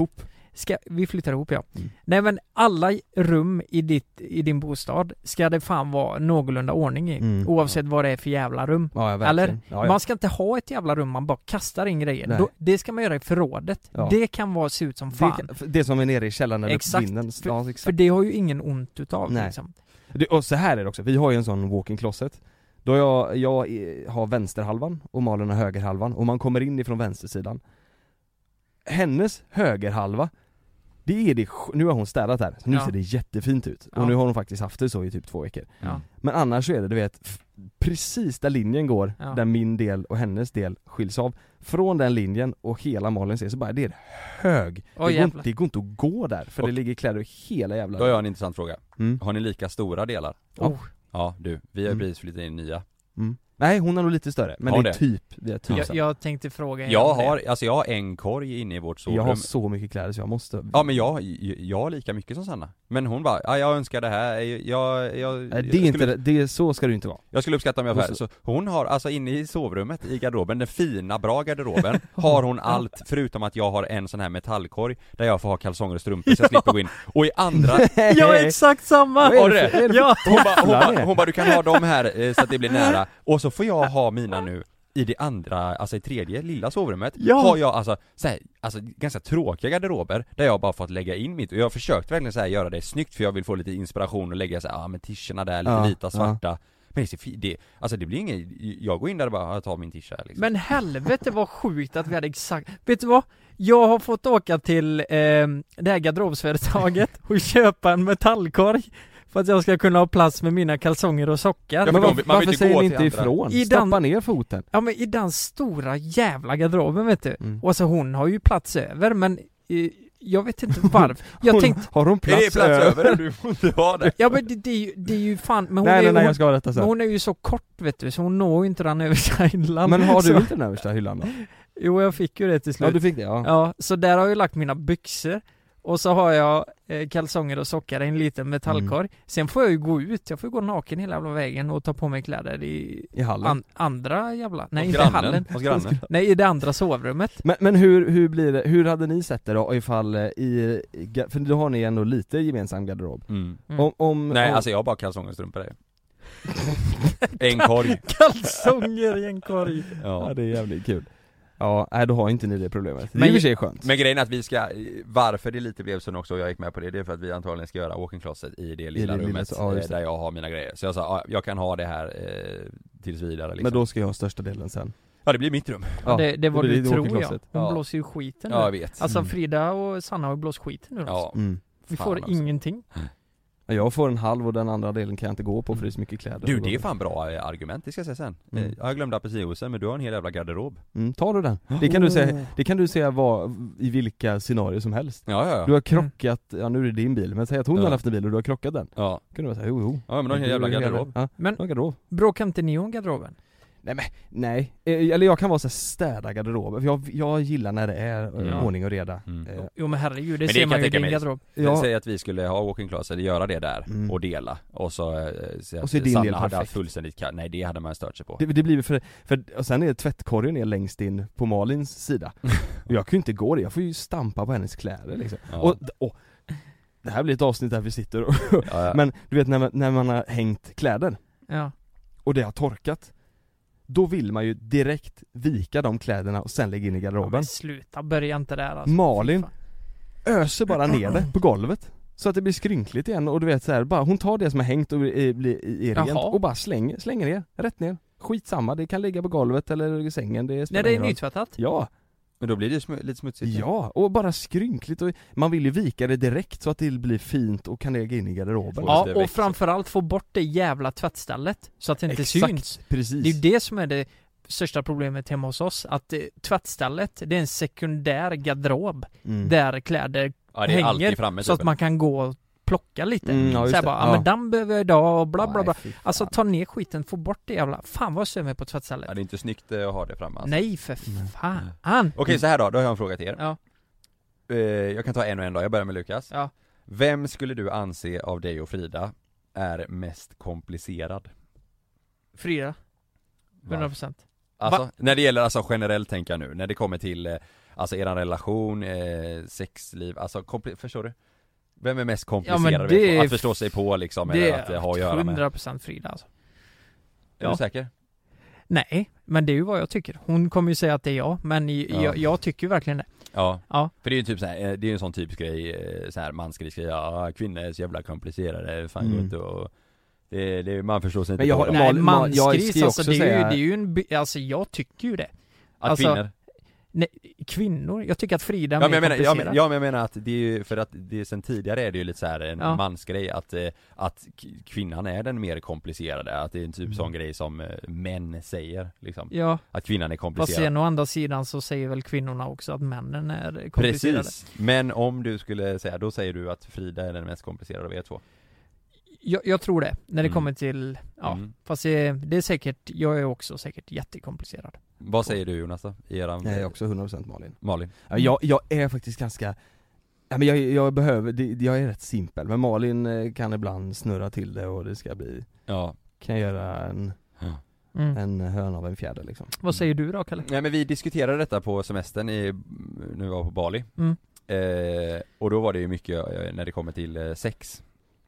S6: ska, vi flyttar ihop ja.
S7: Mm.
S6: Nej men alla rum i, ditt, i din bostad ska det fan vara någorlunda ordning i.
S7: Mm.
S6: Oavsett vad det är för jävla rum.
S7: Ja, ja, verkligen.
S6: Eller?
S7: Ja, ja.
S6: Man ska inte ha ett jävla rum man bara kastar in grejer.
S7: Nej.
S6: Då, det ska man göra i förrådet.
S7: Ja.
S6: Det kan vara se ut som fan.
S7: Det, det som är nere i källaren eller
S6: Exakt.
S7: vinden.
S6: För,
S7: Ja, exakt.
S6: för det har ju ingen ont utav
S7: Nej.
S6: liksom.
S7: Det, och så här är det också, vi har ju en sån walk-in closet. Då jag, jag är- har vänsterhalvan och Malin har högerhalvan. Och man kommer in ifrån vänstersidan. Hennes högerhalva, det är det, nu har hon städat här, så nu
S6: Ja.
S7: ser det jättefint ut. Och
S6: Ja.
S7: nu har hon faktiskt haft det så i typ två veckor.
S6: Ja.
S7: Men annars så är det, du vet, f- precis där linjen går,
S6: Ja.
S7: där min del och hennes del skiljs av. Från den linjen och hela Malin ser så bara, det är hög.
S6: Åh,
S7: det, går
S6: jävlar.
S7: inte, det går inte att gå där, för
S8: Och-
S7: det ligger kläder i hela jävla...
S8: Då har jag en intressant fråga.
S7: Mm.
S8: Har ni lika stora delar?
S6: Oh.
S8: Ja, du. Vi har
S7: Mm.
S8: precis flyttat in nya.
S7: Mm. Nej, hon har nog lite större, men
S8: Har
S7: det är
S8: det?
S7: typ, det är typ
S6: Jag,
S7: samma.
S6: jag tänkte fråga igen
S8: Jag
S6: det.
S8: har, alltså jag har en korg inne i vårt
S7: Jag
S8: sovrum.
S7: har så mycket kläder så jag måste...
S8: Ja men jag, jag har lika mycket som Sanna. Men hon bara, ja jag önskar det här, jag, jag,
S7: Nej,
S8: jag
S7: det är inte
S8: skulle,
S7: det, det är, så ska det inte vara.
S8: jag skulle uppskatta om jag var
S7: Och
S8: så, hon har alltså inne i sovrummet, i garderoben, den fina, bra garderoben, har hon allt förutom att jag har en sån här metallkorg där jag får ha kalsonger och strumpor så jag slipper gå in. Och i andra,
S6: Jag är exakt samma!
S7: Vad är
S8: har
S7: det
S8: du
S7: för- vad är
S8: det?
S7: det för
S6: Ja.
S8: Hon bara, hon,
S7: tofflar
S8: bara,
S7: är?
S8: hon bara, du kan ha dem här eh, så att det blir nära. Och så får jag ha mina nu i det andra, alltså i tredje lilla sovrummet,
S6: Ja.
S8: har jag alltså, så här, alltså ganska tråkiga garderober där jag bara fått lägga in mitt, och jag har försökt verkligen så här, göra det snyggt för jag vill få lite inspiration och lägga så här, ja men tischerna där, lite
S7: Ja,
S8: vita, svarta. Men det, ser fi- det, alltså det blir inget, jag går in där och bara, jag tar min tisha liksom.
S6: Men helvete vad sjukt att vi hade exakt... Vet du vad? Jag har fått åka till eh, det här garderobsföretaget och köpa en metallkorg för att jag ska kunna ha plats med mina kalsonger och sockar.
S8: Ja, men
S7: Men
S8: de-
S7: varför,
S8: man vill
S7: varför
S8: inte
S7: säger
S8: gå
S7: ni
S8: till
S7: inte
S8: andra.
S7: ifrån?
S6: I
S7: Stoppa
S6: den-
S7: ner foten.
S6: Ja men i den stora jävla garderoben vet du.
S7: Mm.
S6: Och så hon har ju plats över men eh, jag vet inte varför. Jag
S7: Hon,
S6: tänkte...
S7: har hon
S8: Är det
S7: plats,
S8: plats över? Du får inte ha det.
S6: Ja men det, det, är, ju, det är ju fan... Men hon,
S7: Nej
S6: är,
S7: nej nej
S6: hon,
S7: jag ska ha detta
S6: men
S7: sen.
S6: hon är ju så kort vet du, så hon når ju inte den översta hyllan.
S7: Men har du
S6: så,
S7: inte den översta hyllan då?
S6: Jo jag fick ju det till slut.
S7: Ja du fick det, ja.
S6: Ja, så där har jag lagt mina byxor. Och så har jag eh, kalsonger och sockar i en liten metallkorg.
S7: Mm.
S6: Sen får jag ju gå ut, jag får gå naken hela jävla vägen och ta på mig kläder i
S7: I hallen.
S6: an, andra jävla, nej
S8: Hos
S6: inte
S8: grannen.
S6: hallen.
S8: Hos grannen.
S6: Nej i det andra sovrummet.
S7: Men, men hur, hur blir det, hur hade ni sett det då ifall eh, i, i ga- för då har ni ändå lite gemensam garderob.
S8: Mm.
S6: Mm.
S7: Om, om,
S8: Nej
S7: om,
S8: alltså jag har bara kalsonger och strumpor där. En korg.
S6: Kalsonger i en korg.
S7: Ja
S8: Ja.
S7: det är jävligt kul. Ja, nej då har inte ni det problemet. Det är
S6: Men-
S7: i och för sig skönt.
S8: Men grejen är att vi ska, varför det lite blev så också och jag gick med på det, det är för att vi antagligen ska göra walk-in closet i det lilla
S7: det lilla,
S8: rummet
S7: ja, just
S8: eh,
S7: det.
S8: där jag har mina grejer. Så jag sa, ja, jag kan ha det här eh, tills vidare liksom.
S7: Men då ska jag ha största delen sen.
S8: Ja det blir mitt rum.
S7: Ja,
S6: det, det var
S7: blir
S6: du
S7: det
S6: tror
S7: walk-in
S6: jag.
S7: closet.
S6: Hon
S8: Ja.
S6: blåser ju skiten
S8: Ja jag
S6: nu.
S8: vet.
S6: Alltså
S7: Mm.
S6: Frida och Sanna har ju blåst skiten nu
S8: Ja.
S7: Mm.
S6: Vi
S8: Fan,
S6: får
S8: alltså.
S6: ingenting.
S7: Ja, jag får en halv och den andra delen kan jag inte gå på för det är så mycket kläder.
S8: Du det är fan bra eh, argument, det ska jag säga sen.
S7: Mm.
S8: Eh, Jag glömde apelsinjuicen men du har en hel jävla garderob.
S7: Mm, tar du den? Det kan du säga, det kan du säga var, i vilka scenarier som helst.
S8: Ja ja
S7: Du
S8: ja.
S7: har krockat, ja nu är det din bil, men säg att hon
S8: Ja.
S7: har haft en bil och du har krockat den.
S8: Ja,
S7: Då kan du bara säga, jo jo.
S8: ja men du har en hel jävla garderob.
S7: Ja,
S6: Men
S7: du har garderob.
S6: bråkar inte ni om garderoben?
S7: Nej men, nej. Eh, Eller jag kan vara så här städa garderober, för jag, jag gillar när det är eh,
S8: Ja.
S7: ordning och reda.
S8: Mm.
S7: Eh,
S6: Jo men herregud, det
S8: Men det
S6: ser
S8: kan
S6: man
S8: jag
S6: ju i
S8: tänka
S6: din
S8: mig.
S6: garderob.
S7: Ja.
S8: Säg att vi skulle ha walk-in closet, eller göra det där
S7: Mm.
S8: och dela. Och så, eh, så
S7: Och så är
S8: att
S7: din
S8: Sanna
S7: del
S8: hade haft
S7: perfekt.
S8: fullständigt ka- nej det hade man stört sig på.
S7: Det, det blir för, för, och sen är tvättkorgen är längst in på Malins sida. Och jag kan ju inte gå det, jag får ju stampa på hennes kläder liksom.
S8: Ja.
S7: Och, och det här blir ett avsnitt där vi sitter och,
S8: Ja, ja.
S7: men du vet när man, när man har hängt kläder
S6: Ja.
S7: och det har torkat, då vill man ju direkt vika de kläderna och sen lägga in i
S6: Ja,
S7: garderoben.
S6: men sluta, börja inte där alltså.
S7: Malin
S6: Fy fan.
S7: öser bara ner det på golvet så att det blir skrynkligt igen och du vet så här, bara hon tar det som har hängt och blir är rent
S6: Jaha.
S7: och bara slänger, slänger ner, rätt ner. Skitsamma, det kan ligga på golvet eller i sängen, det
S6: Nej
S7: spelar
S6: det är
S7: ingen roll.
S6: nytvättat.
S7: Ja,
S8: Men då blir det ju smu- lite smutsigt.
S7: ja, och bara skrynkligt och man vill ju vika det direkt så att det blir fint och kan lägga in i garderoben.
S6: Ja,
S8: det
S6: och
S8: växer.
S6: framförallt få bort det jävla tvättstället så att det inte
S7: Exakt,
S6: syns.
S7: precis.
S6: Det är ju det som är det största problemet hemma hos oss, att eh, tvättstället, det är en sekundär garderob
S7: Mm.
S6: där kläder
S8: Ja det är alltid
S6: hänger
S8: framme
S6: så att
S8: typ.
S6: man kan gå och plocka lite.
S7: Mm, ja, just
S6: så här
S7: det.
S6: bara, ja
S7: Ja.
S6: men den behöver jag idag och bla bla bla.
S7: Nej, fy fan.
S6: Alltså ta ner skiten, få bort det jävla, fan vad jag stör mig på tvättstället.
S8: Ja det är inte snyggt eh, att ha det framme alltså.
S6: Nej för fan.
S8: Okej så här då, då har jag en fråga till er.
S6: Ja.
S8: Eh, Jag kan ta en och en då, jag börjar med Lukas.
S6: Ja.
S8: Vem skulle du anse av dig och Frida är mest komplicerad?
S6: Frida. hundra procent.
S8: Alltså, när det gäller alltså generellt tänker jag nu, när det kommer till eh, alltså eran relation, eh, sexliv, alltså kompl- förstår du? Vem är mest
S6: Ja,
S8: komplicerad
S6: men det
S8: att
S6: är
S8: förstå sig på liksom,
S6: Det
S8: eller att det har att göra med?
S6: hundra procent Frida alltså.
S8: Är
S6: Ja.
S8: du säker?
S6: Nej, men det är ju vad jag tycker. Hon kommer ju säga att det är jag, men
S8: Ja.
S6: jag, jag tycker ju verkligen det.
S8: Ja.
S6: Ja.
S8: För det är ju typ så här, eh, det är ju en sån typisk grej, eh, så här mansgrej, ja, kvinnor är så jävla komplicerade, fan
S7: Mm.
S8: går inte och det, det, man förstår sig inte
S7: Men jag
S8: på
S7: har-
S8: dem.
S6: Nej,
S7: Mal- Mal- jag ska
S6: mansgris
S7: ju
S6: alltså,
S7: också
S6: det är, ju,
S7: säga-
S6: det är ju en, by- alltså jag tycker ju det.
S8: Att
S6: alltså,
S8: kvinnor?
S6: Nej, kvinnor, jag tycker att Frida är
S8: Ja men,
S6: mer
S8: jag menar, ja,
S6: komplicerad.
S8: men, ja men jag menar att det är ju, för att det sen tidigare är det ju lite så här en
S6: Ja.
S8: mansgrej att, eh, att k- kvinnan är den mer komplicerade, att det är en typ
S7: Mm.
S8: sån grej som eh, män säger liksom.
S6: Ja,
S8: Att kvinnan är
S6: fast
S8: komplicerad.
S6: sen å andra sidan så säger väl kvinnorna också att männen är komplicerade.
S8: Precis, men om du skulle säga, då säger du att Frida är den mest komplicerade av er två.
S6: Jag, jag tror det, när det
S8: Mm.
S6: kommer till, ja,
S8: Mm.
S6: fast det, det är säkert, jag är också säkert jättekomplicerad.
S8: Vad säger du Jonas då? I eran,
S7: Jag är också hundra procent Malin.
S8: Malin?
S7: Ja, jag, jag är faktiskt ganska, ja, men jag, jag behöver, det, jag är rätt simpel, men Malin eh, kan ibland snurra till det och det ska bli,
S8: Ja.
S7: kan göra en,
S8: Ja.
S6: Mm.
S7: en hön av en fjäder liksom.
S6: Vad säger du då, Kalle?
S8: Nej men vi diskuterade detta på semestern i, när vi var på Bali.
S6: Mm.
S8: Eh, och då var det ju mycket eh, när det kommer till eh, sex.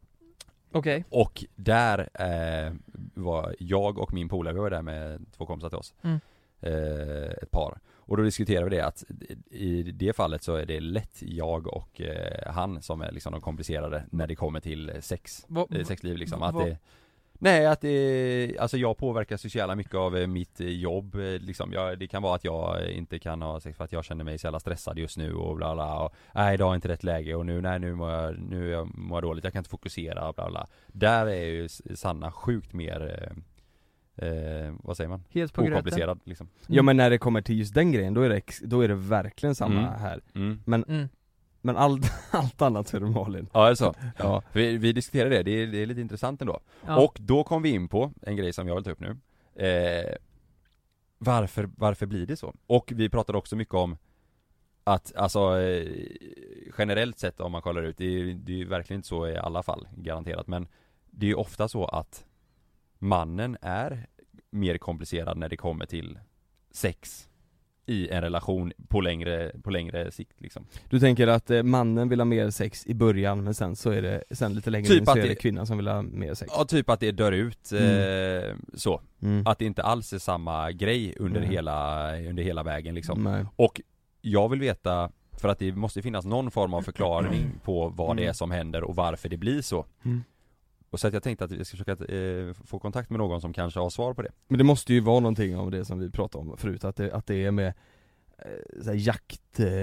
S6: Okej.
S8: Och där eh, var jag och min polare, vi var där med två kompisar till oss.
S6: Mm.
S8: Eh, ett par. Och då diskuterade vi det att i det fallet så är det lätt jag och eh, han som är liksom de komplicerade när det kommer till sex,
S6: Vad-
S8: eh, sexliv liksom.
S6: vad-
S8: Att det, nej att det, alltså jag påverkas ju så jävla mycket av eh, mitt eh, jobb eh, liksom. Jag, det kan vara att jag inte kan ha sex för att jag känner mig så jävla stressad just nu och bla bla och nej idag är inte rätt läge och nu, nej nu mår jag, nu är jag, mår jag dåligt, jag kan inte fokusera och bla bla. Där är ju Sanna sjukt mer eh, eh, vad säger man?
S6: Helt på
S8: okomplicerad liksom.
S7: Ja men när det kommer till just den grejen, då är det, ex- då är det verkligen samma
S8: Mm.
S7: här.
S8: Mm.
S7: Men,
S6: Mm.
S7: men allt, allt annat så är det Malin.
S8: Ja, är det så?
S7: Ja.
S8: Vi, vi diskuterade det, det är, det är lite intressant ändå.
S6: Ja.
S8: Och då kom vi in på en grej som jag vill ta upp nu. Eh, varför, varför blir det så? Och vi pratade också mycket om att, alltså eh, generellt sett om man kollar ut, det är, det är ju verkligen inte så i alla fall, garanterat. Men det är ju ofta så att mannen är mer komplicerad när det kommer till sex i en relation på längre, på längre sikt liksom.
S7: Du tänker att eh, mannen vill ha mer sex i början, men sen så är det, sen lite längre
S8: Typ
S7: in så
S8: att
S7: är det
S8: det-
S7: kvinnan som vill ha mer sex.
S8: Ja, typ att det dör ut eh, så.
S7: Mm.
S8: Att det inte alls är samma grej under,
S7: Nej.
S8: hela, under hela vägen liksom.
S7: Nej.
S8: Och jag vill veta, för att det måste finnas någon form av förklaring på vad det är
S7: Mm.
S8: som händer och varför det blir så.
S7: Mm.
S8: Och så att jag tänkte att vi ska försöka eh, få kontakt med någon som kanske har svar på det.
S7: Men det måste ju vara någonting om det som vi pratade om förut, att det, att det är med eh, så här, jakt eh,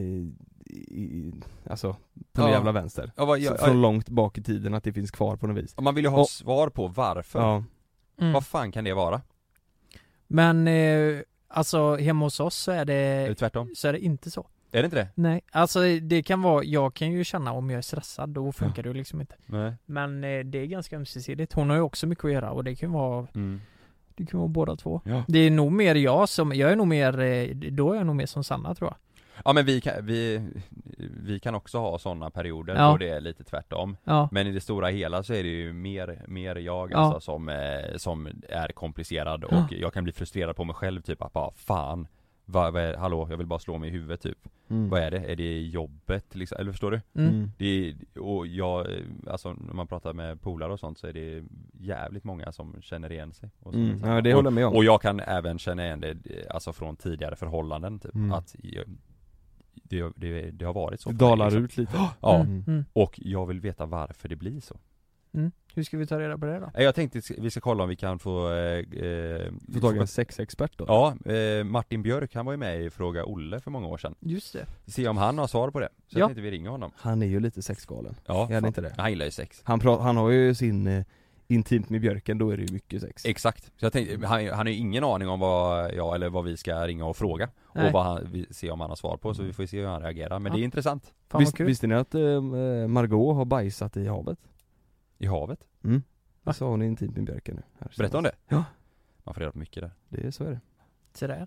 S7: i, alltså på
S8: Ja.
S7: den jävla vänster.
S8: Ja, vad-
S7: Så
S8: ja,
S7: från
S8: ja.
S7: långt bak i tiden, att det finns kvar på något vis.
S8: Och man vill ju ha
S7: Och-
S8: svar på varför.
S7: Ja.
S6: Mm.
S8: Vad fan kan det vara?
S6: Men eh, alltså hemma hos oss så är det,
S8: Är det tvärtom?
S6: så är det inte så.
S8: Är det inte det?
S6: Nej, alltså det kan vara, jag kan ju känna om jag är stressad, då funkar det ju liksom inte.
S8: Nej.
S6: Men eh, det är ganska ömsesidigt. Hon har ju också mycket att göra och det kan vara,
S8: Mm.
S6: det kan vara båda två.
S8: Ja.
S6: Det är nog mer jag som, jag är nog mer, eh, då är jag nog mer som Sanna tror jag.
S8: Ja men vi kan, vi, vi kan också ha sådana perioder
S6: Ja.
S8: då det är lite tvärtom.
S6: Ja.
S8: Men i det stora hela så är det ju mer, mer jag
S6: Ja.
S8: alltså som, eh, som är komplicerad och
S6: Ja.
S8: jag kan bli frustrerad på mig själv typ att bara fan vad, vad är, hallå jag vill bara slå mig i huvudet typ.
S7: Mm.
S8: Vad är det? Är det jobbet liksom? Eller förstår du?
S6: Mm.
S7: Mm.
S8: Det är, och jag, alltså när man pratar med polare och sånt så är det jävligt många som känner igen sig och,
S7: Mm.
S8: så,
S7: Ja, det
S8: och,
S7: håller jag med om.
S8: och jag kan även känna igen det alltså från tidigare förhållanden typ
S7: Mm.
S8: att jag, det, det, det har varit så
S7: Det
S8: för mig,
S7: dalar
S8: liksom.
S7: ut lite.
S8: Ja,
S6: Mm. Mm.
S8: och jag vill veta varför det blir så.
S6: Mm. Hur ska vi ta reda på det då?
S8: Eh, Jag tänkte vi ska kolla om vi kan få eh, eh,
S7: Få tag i en sexexpert då?
S8: Ja, eh, Martin Björk, han var ju med i Fråga Olle för många år sedan.
S6: Just det.
S8: Se om han har svar på det. Så
S6: Ja.
S8: jag tänkte vi ringer honom.
S7: Han är ju lite sexgalen.
S8: Ja,
S7: Är han
S8: fan.
S7: inte det?
S8: Han gillar ju sex.
S7: Han, pra- han har ju sin eh, intimt med Björken, då är det ju mycket sex.
S8: Exakt. Så jag tänkte, han, han har ju ingen aning om vad jag eller vad vi ska ringa och fråga.
S6: Nej.
S8: Och vad han, vi ser om han har svar på, så vi får se hur han reagerar. Men
S6: Ja.
S8: det är intressant.
S6: Fan vad
S7: Visst,
S6: kul.
S7: visste ni att eh, Margot har bajsat i havet?
S8: I havet.
S7: Mm.
S6: Va?
S7: Det sa hon intimt med Björken nu. Här
S8: Berätta om det.
S7: Ja.
S8: Man får reda på mycket där.
S7: Det är så är det.
S6: Så där.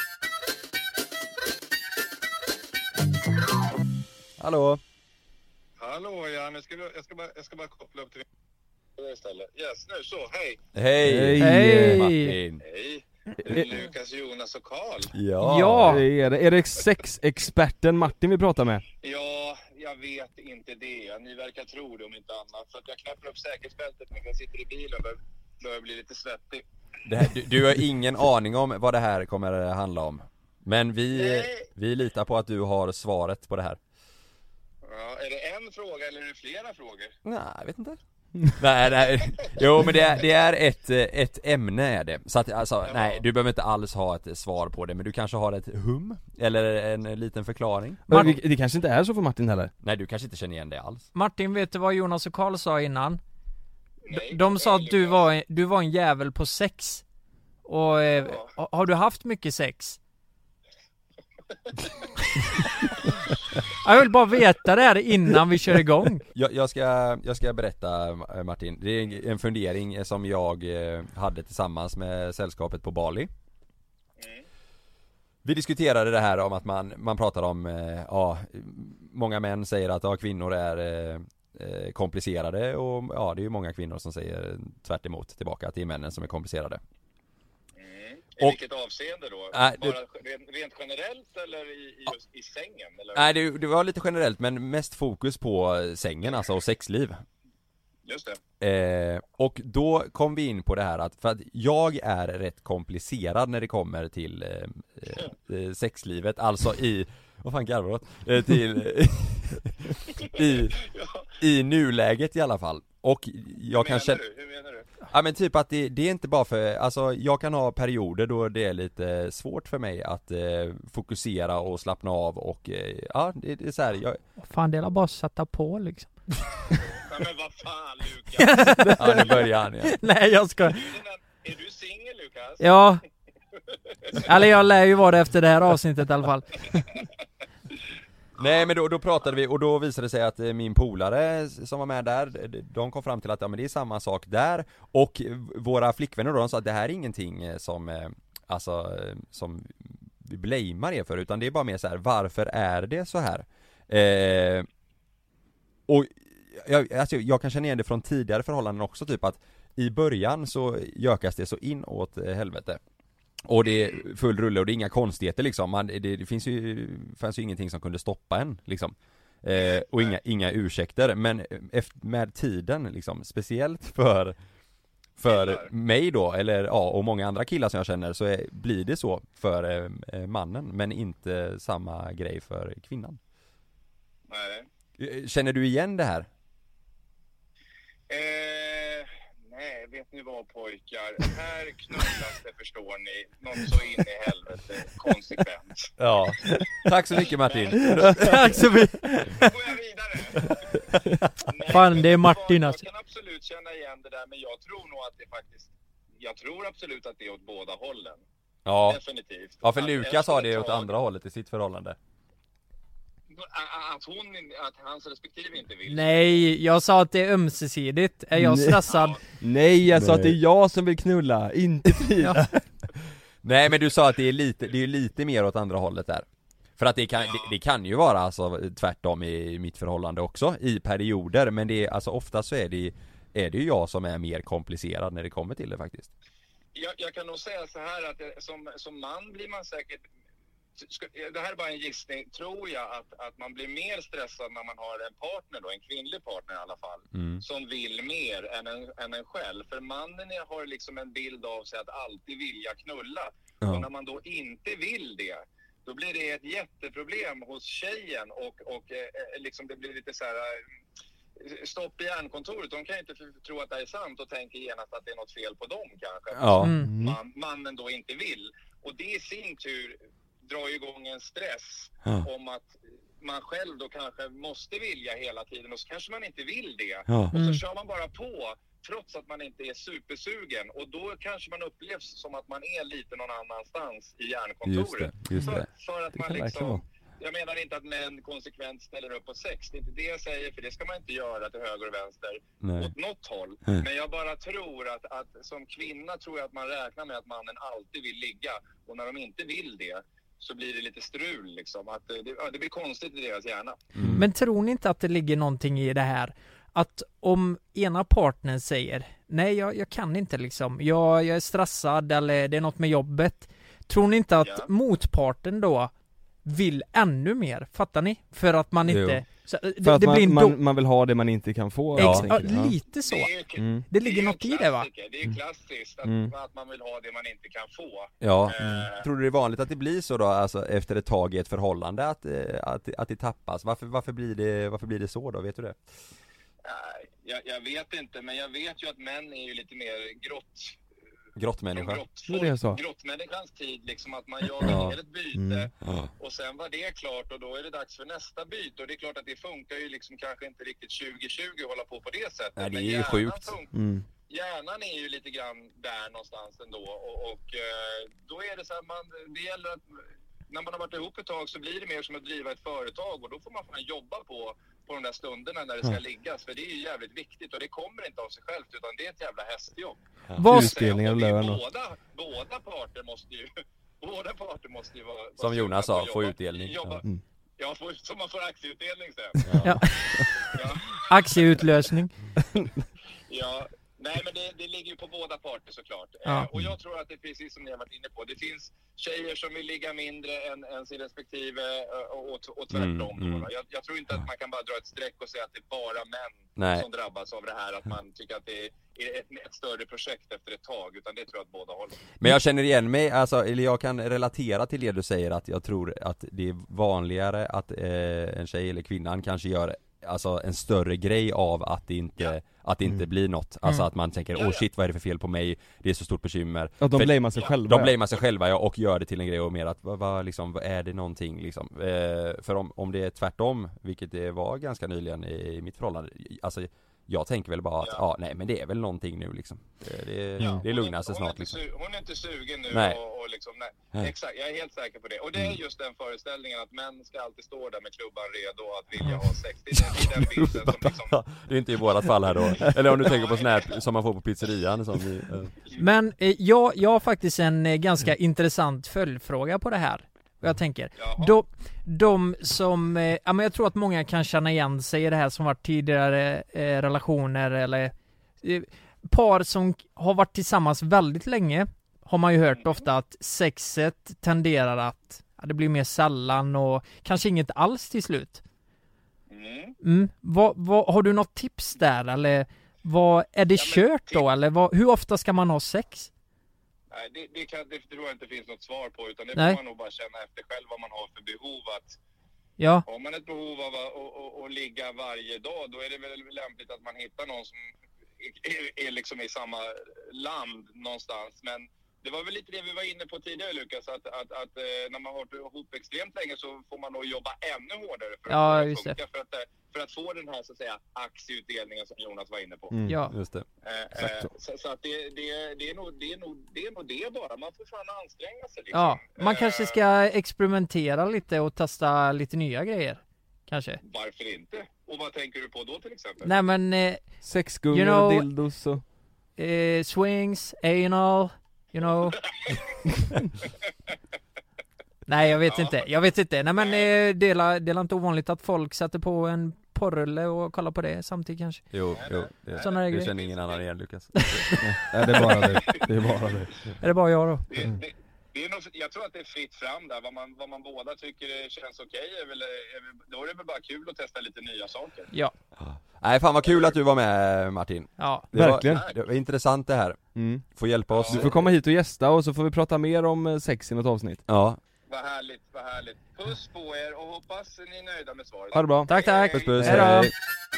S8: Hallå?
S13: Hallå ja, nu ska vi, jag, ska bara, jag ska bara koppla upp till min istället. Yes, nu så, hej!
S8: Hej!
S7: Hej.
S8: Martin!
S13: Hej! Lukas, Jonas och Karl.
S7: Ja,
S6: Ja.
S7: Är, det, är det sexexperten Martin vi pratar med?
S13: Ja, jag vet inte det. Ni verkar tro det om inte annat. Så att jag knäpper upp säkerhetsbältet när jag sitter i bilen och börjar bli lite svettig.
S8: Det här, du, du har ingen aning om vad det här kommer handla om. Men vi, vi litar på att du har svaret på det här.
S13: Ja, är det en fråga eller är det flera frågor?
S8: Nej, jag vet inte. nej, nej. Jo, men det är, det är ett, ett ämne är det. Så att, alltså, ja. nej, du behöver inte alls ha ett svar på det. Men du kanske har ett hum eller en liten förklaring.
S7: Men det, det kanske inte är så för Martin heller.
S8: Nej, du kanske inte känner igen det alls.
S6: Martin, vet du vad Jonas och Karl sa innan? Nej, de, de sa att du var, du var en jävel på sex. Och eh, ja. har du haft mycket sex? Jag vill bara veta det här innan vi kör igång.
S8: Jag, jag, ska, jag ska berätta, Martin. Det är en fundering som jag hade tillsammans med sällskapet på Bali. Mm. Vi diskuterade det här om att man, man pratar om, ja, många män säger att ja, kvinnor är eh, komplicerade. Och ja, det är ju många kvinnor som säger tvärt emot tillbaka att det är männen som är komplicerade.
S13: I och, vilket avseende då? Äh, det, Bara rent, rent generellt eller i, i, just, i sängen? Eller?
S8: Nej, det, det var lite generellt, men mest fokus på sängen, alltså, och sexliv.
S13: Just det.
S8: Eh, och då kom vi in på det här att, för att jag är rätt komplicerad när det kommer till eh, eh, sexlivet, alltså i, vad fan garvar du åt? Eh, till i, i nuläget i alla fall. Och jag kan känna...
S13: Hur menar du?
S8: Ja, men typ att det, det är inte bara för, alltså jag kan ha perioder då det är lite svårt för mig att eh, fokusera och slappna av och eh, ja, det, det är så här, jag...
S6: Fan, det är bara att sätta på liksom.
S13: Ja, men vad fan, Lukas?
S8: Ja, nu börjar han, ja.
S6: Nej, jag ska...
S13: Är du singel, Lukas?
S6: Ja. Eller jag lär ju vara det efter det här avsnittet i alla fall.
S8: Nej, men då, då pratade vi och då visade det sig att min polare som var med där, de kom fram till att ja, men det är samma sak där. Och våra flickvänner då, de sa att det här är ingenting som, alltså, som vi blamear er för, utan det är bara mer så här, varför är det så här? Eh, och jag, alltså, jag kan känna igen det från tidigare förhållanden också, typ att i början så gökas det så in åt helvete. Och det är full rulle och det är inga konstigheter liksom. Man, det, det finns ju, fanns ju ingenting som kunde stoppa en liksom. Eh, och inga, inga ursäkter. Men efter, med tiden liksom, speciellt för för mig då, eller ja, och många andra killar som jag känner, så är, blir det så för eh, mannen, men inte samma grej för kvinnan.
S13: Nej.
S8: Känner du igen det här?
S13: Eh... Nej, vet ni vad pojkar? Här knullas det, förstår ni. Något så in i helvete. Konsekvent.
S8: Ja. Tack så mycket, Martin.
S6: Tack så mycket.
S13: Då går jag vidare. Nej,
S6: fan, det är Martin alltså.
S13: Jag kan absolut känna igen det där, men jag tror nog att det faktiskt... Jag tror absolut att det är åt båda hållen.
S8: Ja.
S13: Definitivt.
S8: Ja, för Lukas har det åt andra hållet i sitt förhållande.
S13: Att hon, att hans respektive inte vill.
S6: Nej, jag sa att det är ömsesidigt. Är jag stressad?
S7: Ja. Nej, jag sa att det är jag som vill knulla, inte Frida.
S8: Ja. Nej, men du sa att det är lite, det är lite mer åt andra hållet där. För att det kan, ja. det, det kan ju vara alltså tvärtom i mitt förhållande också, i perioder. Men det är, alltså ofta så är det, är det ju jag som är mer komplicerad när det kommer till det faktiskt.
S13: Jag, jag kan nog säga så här att det, som, som man blir man säkert... Det här är bara en gissning, tror jag att, att man blir mer stressad när man har en partner då, en kvinnlig partner i alla fall, mm. som vill mer än en, än en själv. För mannen har liksom en bild av sig att alltid vilja knulla. Ja. Och när man då inte vill det, då blir det ett jätteproblem hos tjejen och, och eh, liksom det blir lite så här... stopp i hjärnkontoret, de kan inte tro att det är sant och tänker genast att det är något fel på dem kanske.
S8: Ja.
S13: Mm. Man, mannen då inte vill. Och det i sin tur drar igång en stress ja. om att man själv då kanske måste vilja hela tiden och så kanske man inte vill det.
S8: Ja.
S13: Och så
S6: Mm.
S13: kör man bara på trots att man inte är supersugen och då kanske man upplevs som att man är lite någon annanstans i hjärnkontoret.
S8: Just det, just det.
S13: För, för att
S7: Det
S13: man
S7: kan verkligen
S13: liksom...
S7: vara.
S13: Jag menar inte att män konsekvent ställer upp på sex. Det är inte det jag säger, för det ska man inte göra till höger och vänster
S8: Nej.
S13: åt något håll.
S8: Nej.
S13: Men jag bara tror att, att som kvinna tror jag att man räknar med att mannen alltid vill ligga. Och när de inte vill det så blir det lite strul liksom. Att det, ja, det blir konstigt i deras hjärna.
S6: Mm. Men tror ni inte att det ligger någonting i det här? Att om ena partnern säger nej jag, jag kan inte liksom. Jag, jag är stressad eller det är något med jobbet. Tror ni inte att
S13: Ja.
S6: motparten då vill ännu mer? Fattar ni? För att man inte... Så, det,
S7: För att
S6: det
S7: man,
S6: blir
S7: man,
S6: då...
S7: man vill ha det man inte kan få.
S6: Ja,
S7: tänker du?
S6: ja, lite så.
S13: Det, är ju,
S7: Mm.
S6: Det ligger
S13: det är ju
S6: något
S13: en
S6: i det, va?
S13: klassiker. Det är ju klassiskt att,
S7: Mm.
S13: att man vill ha det man inte kan få.
S8: Ja,
S13: Eh,
S8: tror du det är vanligt att det blir så då, alltså efter ett tag i ett förhållande att, eh, att, att det tappas? Varför, varför, blir det, varför blir det så då, vet du det?
S13: nej, jag, jag vet inte, men jag vet ju att män är ju lite mer grott.
S8: Grottmänniska?
S7: Det är det jag sa.
S13: Grottmänniskans tid, liksom att man jagar
S8: Ja.
S13: ner ett byte
S7: Mm.
S8: Ja.
S13: och sen var det klart och då är det dags för nästa byte och det är klart att det funkar ju liksom kanske inte riktigt tjugo tjugo att hålla på på det sättet.
S8: Nej, det är
S13: men
S8: ju
S13: hjärnan
S8: sjukt.
S13: fun-
S7: Mm.
S13: Hjärnan är ju lite grann där någonstans ändå och, och eh, då är det så här, man, det gäller att när man har varit ihop ett tag så blir det mer som att driva ett företag och då får man fan jobba på på de där stunderna när det ska liggas, för det är ju jävligt viktigt och det kommer inte av sig självt utan det är ett jävla hästjobb.
S6: Vad-
S7: Utdelningar och
S13: Och det är
S7: lön och...
S13: båda, båda parter måste ju båda parter måste ju vara, vara
S8: Som Jonas
S13: sugna på
S8: sa,
S13: att
S8: få
S13: jobba-
S8: utdelning.
S13: jobba,
S7: Mm.
S13: Ja, får, så man får aktieutdelning sen.
S6: Ja.
S13: Ja.
S6: Aktieutlösning.
S13: Ja, nej men det, det ligger ju på båda parter såklart.
S6: Ja.
S13: Eh, och jag tror att det är precis som ni har varit inne på. Det finns tjejer som vill ligga mindre än, än sin respektive eh, och, och, och tvärtom.
S8: Mm, mm.
S13: då. Jag, jag tror inte att man kan bara dra ett streck och säga att det är bara män
S8: Nej.
S13: som drabbas av det här. Att man tycker att det är ett, ett större projekt efter ett tag. Utan det tror jag att båda håller.
S8: Men jag känner igen mig, alltså, eller jag kan relatera till det du säger, att jag tror att det är vanligare att eh, en tjej eller kvinnan kanske gör alltså en större grej av att det inte,
S13: Ja.
S8: att det inte
S7: Mm.
S8: blir något. Alltså
S6: Mm.
S8: att man tänker,
S13: Ja,
S8: åh
S13: ja.
S8: shit, vad är det för fel på mig? Det är så stort bekymmer.
S7: Att de
S8: För-
S7: blamear sig
S13: Ja,
S7: själva.
S8: De
S7: ja.
S8: blamear sig själva, ja, och gör det till en grej och mer att, vad, vad, liksom, vad är det någonting liksom? Eh, för om, om det är tvärtom, vilket det var ganska nyligen i, i mitt förhållande, alltså jag tänker väl bara att, ja,
S13: Ja.
S8: nej men det är väl någonting nu liksom. Det, det,
S13: Ja,
S8: det
S13: hon
S8: lugnar
S13: är-
S8: sig
S13: hon är
S8: snart
S13: inte
S8: liksom.
S13: su- Hon är inte sugen nu
S8: Nej.
S13: och, och liksom, nej.
S8: Nej.
S13: Exakt, jag är helt säker på det. Och det är
S8: Mm.
S13: just den föreställningen att män ska alltid stå där med klubban redo att vilja ha sex. Det är, det är den bilden som liksom...
S8: Det är inte i vårat fall här då. Eller om du tänker på sån här som man får på pizzerian som vi, eh.
S6: Men eh, jag, jag har faktiskt en eh, ganska intressant följdfråga på det här. Och jag tänker,
S13: Jaha.
S6: de, de som, eh, ja men jag tror att många kan känna igen sig i det här som varit tidigare eh, relationer eller eh, par som k- har varit tillsammans väldigt länge, har man ju hört
S13: Mm.
S6: ofta att sexet tenderar att, ja, det blir mer sällan och kanske inget alls till slut.
S13: Mm.
S6: Mm. Vad, vad, har du något tips där eller vad, är det
S13: Ja, men
S6: kört då
S13: tip-
S6: eller vad, hur ofta ska man ha sex?
S13: Nej, det, det, kan, det tror jag inte finns något svar på, utan det
S6: Nej.
S13: får man nog bara känna efter själv vad man har för behov. Att
S6: Ja,
S13: har man ett behov av att och, och, och ligga varje dag, då är det väl lämpligt att man hittar någon som är, är liksom i samma land någonstans. Men det var väl lite det vi var inne på tidigare, Lukas, att, att, att eh, när man har varit ihop extremt länge så får man nog jobba ännu hårdare för att
S6: Ja,
S13: få det
S6: just
S13: att
S6: det.
S13: funka. För att, eh, för att få den här så att säga aktieutdelningen som Jonas var inne på.
S7: Mm.
S6: ja.
S8: Just det.
S13: Eh,
S7: Exakt
S13: eh, så, så att det, det, det, är nog, det, är nog, det är nog det bara, man får fan anstränga sig liksom.
S6: Ja, man
S13: Eh,
S6: kanske ska experimentera lite och testa lite nya grejer. Kanske.
S13: Varför inte? Och vad tänker du på då till exempel?
S6: Nej men, eh,
S7: Sexgungor
S6: You know-
S7: och dildos och...
S6: eh, swings, anal, you know. Nej jag vet
S13: Ja.
S6: inte, jag vet inte. Nej men eh, det är det är inte ovanligt att folk sätter på en porrulle och kollar på det samtidigt kanske.
S8: Jo, jo, det,
S6: Såna här
S8: det
S6: grejer.
S8: känner ingen annan igen, Lukas.
S7: Nej, det är bara det. Det är bara det.
S6: Är det bara jag då?
S13: Det, det, det är nog, jag tror att det är fritt fram där, vad man, vad man båda tycker det känns okej är väl, är väl, då är det väl bara kul att testa lite nya saker.
S6: Ja,
S8: Nej, fan vad kul att du var med, Martin.
S6: ja.
S8: Det var,
S7: Verkligen.
S8: det var intressant det här.
S7: Mm.
S8: Får hjälpa oss.
S7: Du får komma hit och gästa och så får vi prata mer om eh, sex i något avsnitt.
S8: Ja,
S13: Vad härligt, vad härligt. Puss på er och hoppas ni är nöjda med svaret.
S7: Ha det bra.
S6: Tack tack.
S8: puss puss.
S6: Hej då.
S8: Hej.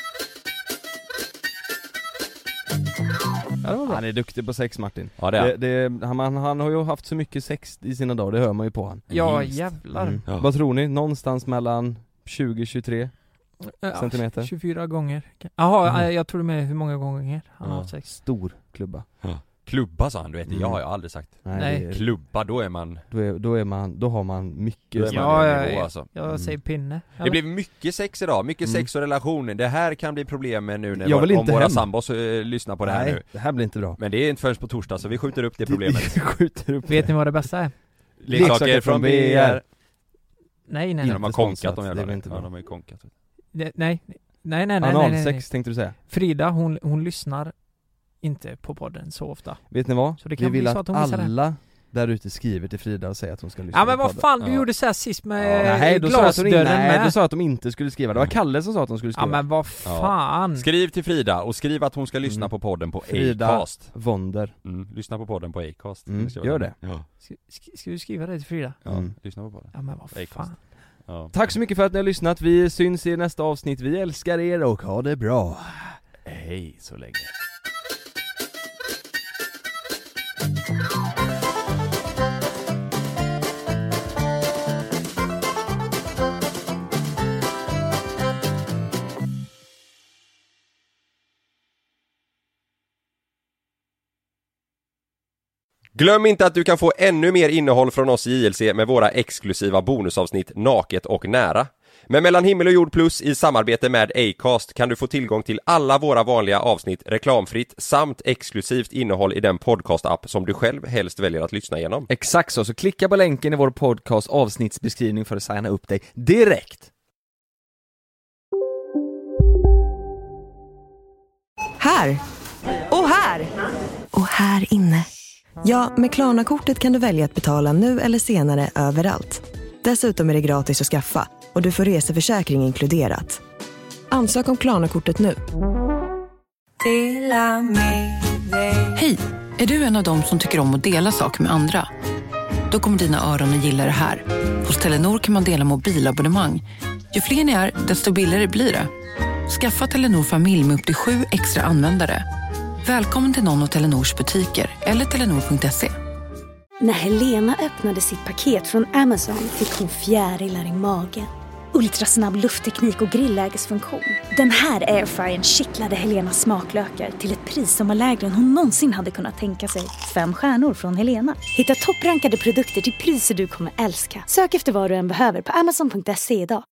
S6: Ja, det var bra.
S7: Han är duktig på sex, Martin.
S8: Ja, det är
S7: det, det, han, han, han har ju haft så mycket sex i sina dagar, det hör man ju på han.
S6: Ja
S8: Minst.
S6: jävlar.
S7: Mm.
S8: Ja.
S7: Vad tror ni? Någonstans mellan tjugo till tjugotre
S6: Ja,
S7: centimeter?
S6: tjugofyra gånger. Jaha,
S7: Mm.
S6: eh, jag tror med hur många gånger han har
S8: Ja.
S6: haft sex.
S7: Stor klubba.
S8: Klubba sa han, du vet,
S7: Mm.
S8: jag har jag aldrig sagt.
S6: Nej.
S7: det är,
S8: Klubba, då är man,
S7: då, är, då är man, då har man mycket.
S8: då är man
S6: Ja,
S8: på
S6: ja,
S8: nivå
S6: ja.
S8: alltså.
S6: Jag
S7: Mm.
S6: säger pinne.
S8: Det
S6: eller?
S8: blir mycket sex idag, mycket
S7: Mm.
S8: sex och relationer. Det här kan bli problem med nu när
S7: Jag vill
S8: vår, om
S7: inte
S8: våra
S7: hem.
S8: sambos eh, lyssnar på det här
S7: Nej,
S8: nu.
S7: det här blir inte bra.
S8: Men det är inte förrän på torsdag, så vi skjuter upp det problemet.
S7: Vi skjuter upp
S6: Vet
S7: det.
S6: ni vad det bästa är?
S8: Leksaker från B R.
S6: Nej, nej,
S8: Ja,
S6: nej.
S8: de har
S7: Inte
S8: konkat
S7: sponsrat,
S8: de
S7: det är
S8: jävla
S7: väl inte
S8: ja,
S7: bra.
S8: de har ju konkat.
S6: Det- Nej, nej, nej, nej, nej, nej, nej.
S7: Analsex tänkte du säga?
S6: Frida, hon, hon lyssnar inte på podden så ofta.
S7: Vet ni vad?
S6: Så det kan
S7: vi vill
S6: bli så
S7: att,
S6: att hon missar
S7: alla där ute skriver till Frida och säger att hon ska lyssna
S6: Ja men
S7: på
S6: vad
S7: podden.
S6: fan, du
S7: Ja.
S6: gjorde så här sist med
S7: Ja. Nej, då sa jag att hon,
S6: glasdörren
S7: nej,
S6: med.
S7: då sa jag att de inte skulle skriva. Det var Kalle som sa att de skulle skriva.
S6: Ja men vad fan.
S8: Ja. Skriv till Frida och skriv att hon ska lyssna
S7: Mm.
S8: på podden på
S7: Frida
S8: Acast.
S7: Wonder.
S8: Mm. Lyssna på podden på Acast.
S7: Mm.
S8: Ska
S7: Gör det.
S8: Ja.
S6: Ska, ska, ska du skriva det till Frida?
S8: Ja,
S7: Mm.
S8: lyssna på podden.
S6: Ja men vad
S8: Acast.
S6: fan.
S8: Ja.
S7: Tack så mycket för att ni har lyssnat. Vi syns i nästa avsnitt. Vi älskar er och ha det bra.
S8: Hej så länge.
S14: Glöm inte att du kan få ännu mer innehåll från oss i J L C med våra exklusiva bonusavsnitt Naket och nära. Men Mellan himmel och jord plus i samarbete med Acast kan du få tillgång till alla våra vanliga avsnitt reklamfritt samt exklusivt innehåll i den podcast-app som du själv helst väljer att lyssna igenom.
S7: Exakt så, så klicka på länken i vår podcast avsnittsbeskrivning för att signa upp dig direkt.
S2: Här! Och här! Och här inne. Ja, med Klarna-kortet kan du välja att betala nu eller senare överallt. Dessutom är det gratis att skaffa och du får reseförsäkring inkluderat. Ansök om Klarna-kortet nu.
S12: Hej, är du en av dem som tycker om att dela saker med andra? Då kommer dina öron att gilla det här. Hos Telenor kan man dela mobilabonnemang. Ju fler ni är, desto billigare blir det. Skaffa Telenor familj med upp till sju extra användare. Välkommen till någon av Telenors butiker eller telenor punkt se.
S15: När Helena öppnade sitt paket från Amazon fick hon fjärilar i magen. Ultrasnabb luftteknik och grillägesfunktion. Den här airfryern kittlade Helenas smaklökar till ett pris som var lägre än hon någonsin hade kunnat tänka sig. Fem stjärnor från Helena. Hitta topprankade produkter till priser du kommer älska. Sök efter vad du än behöver på amazon punkt se idag.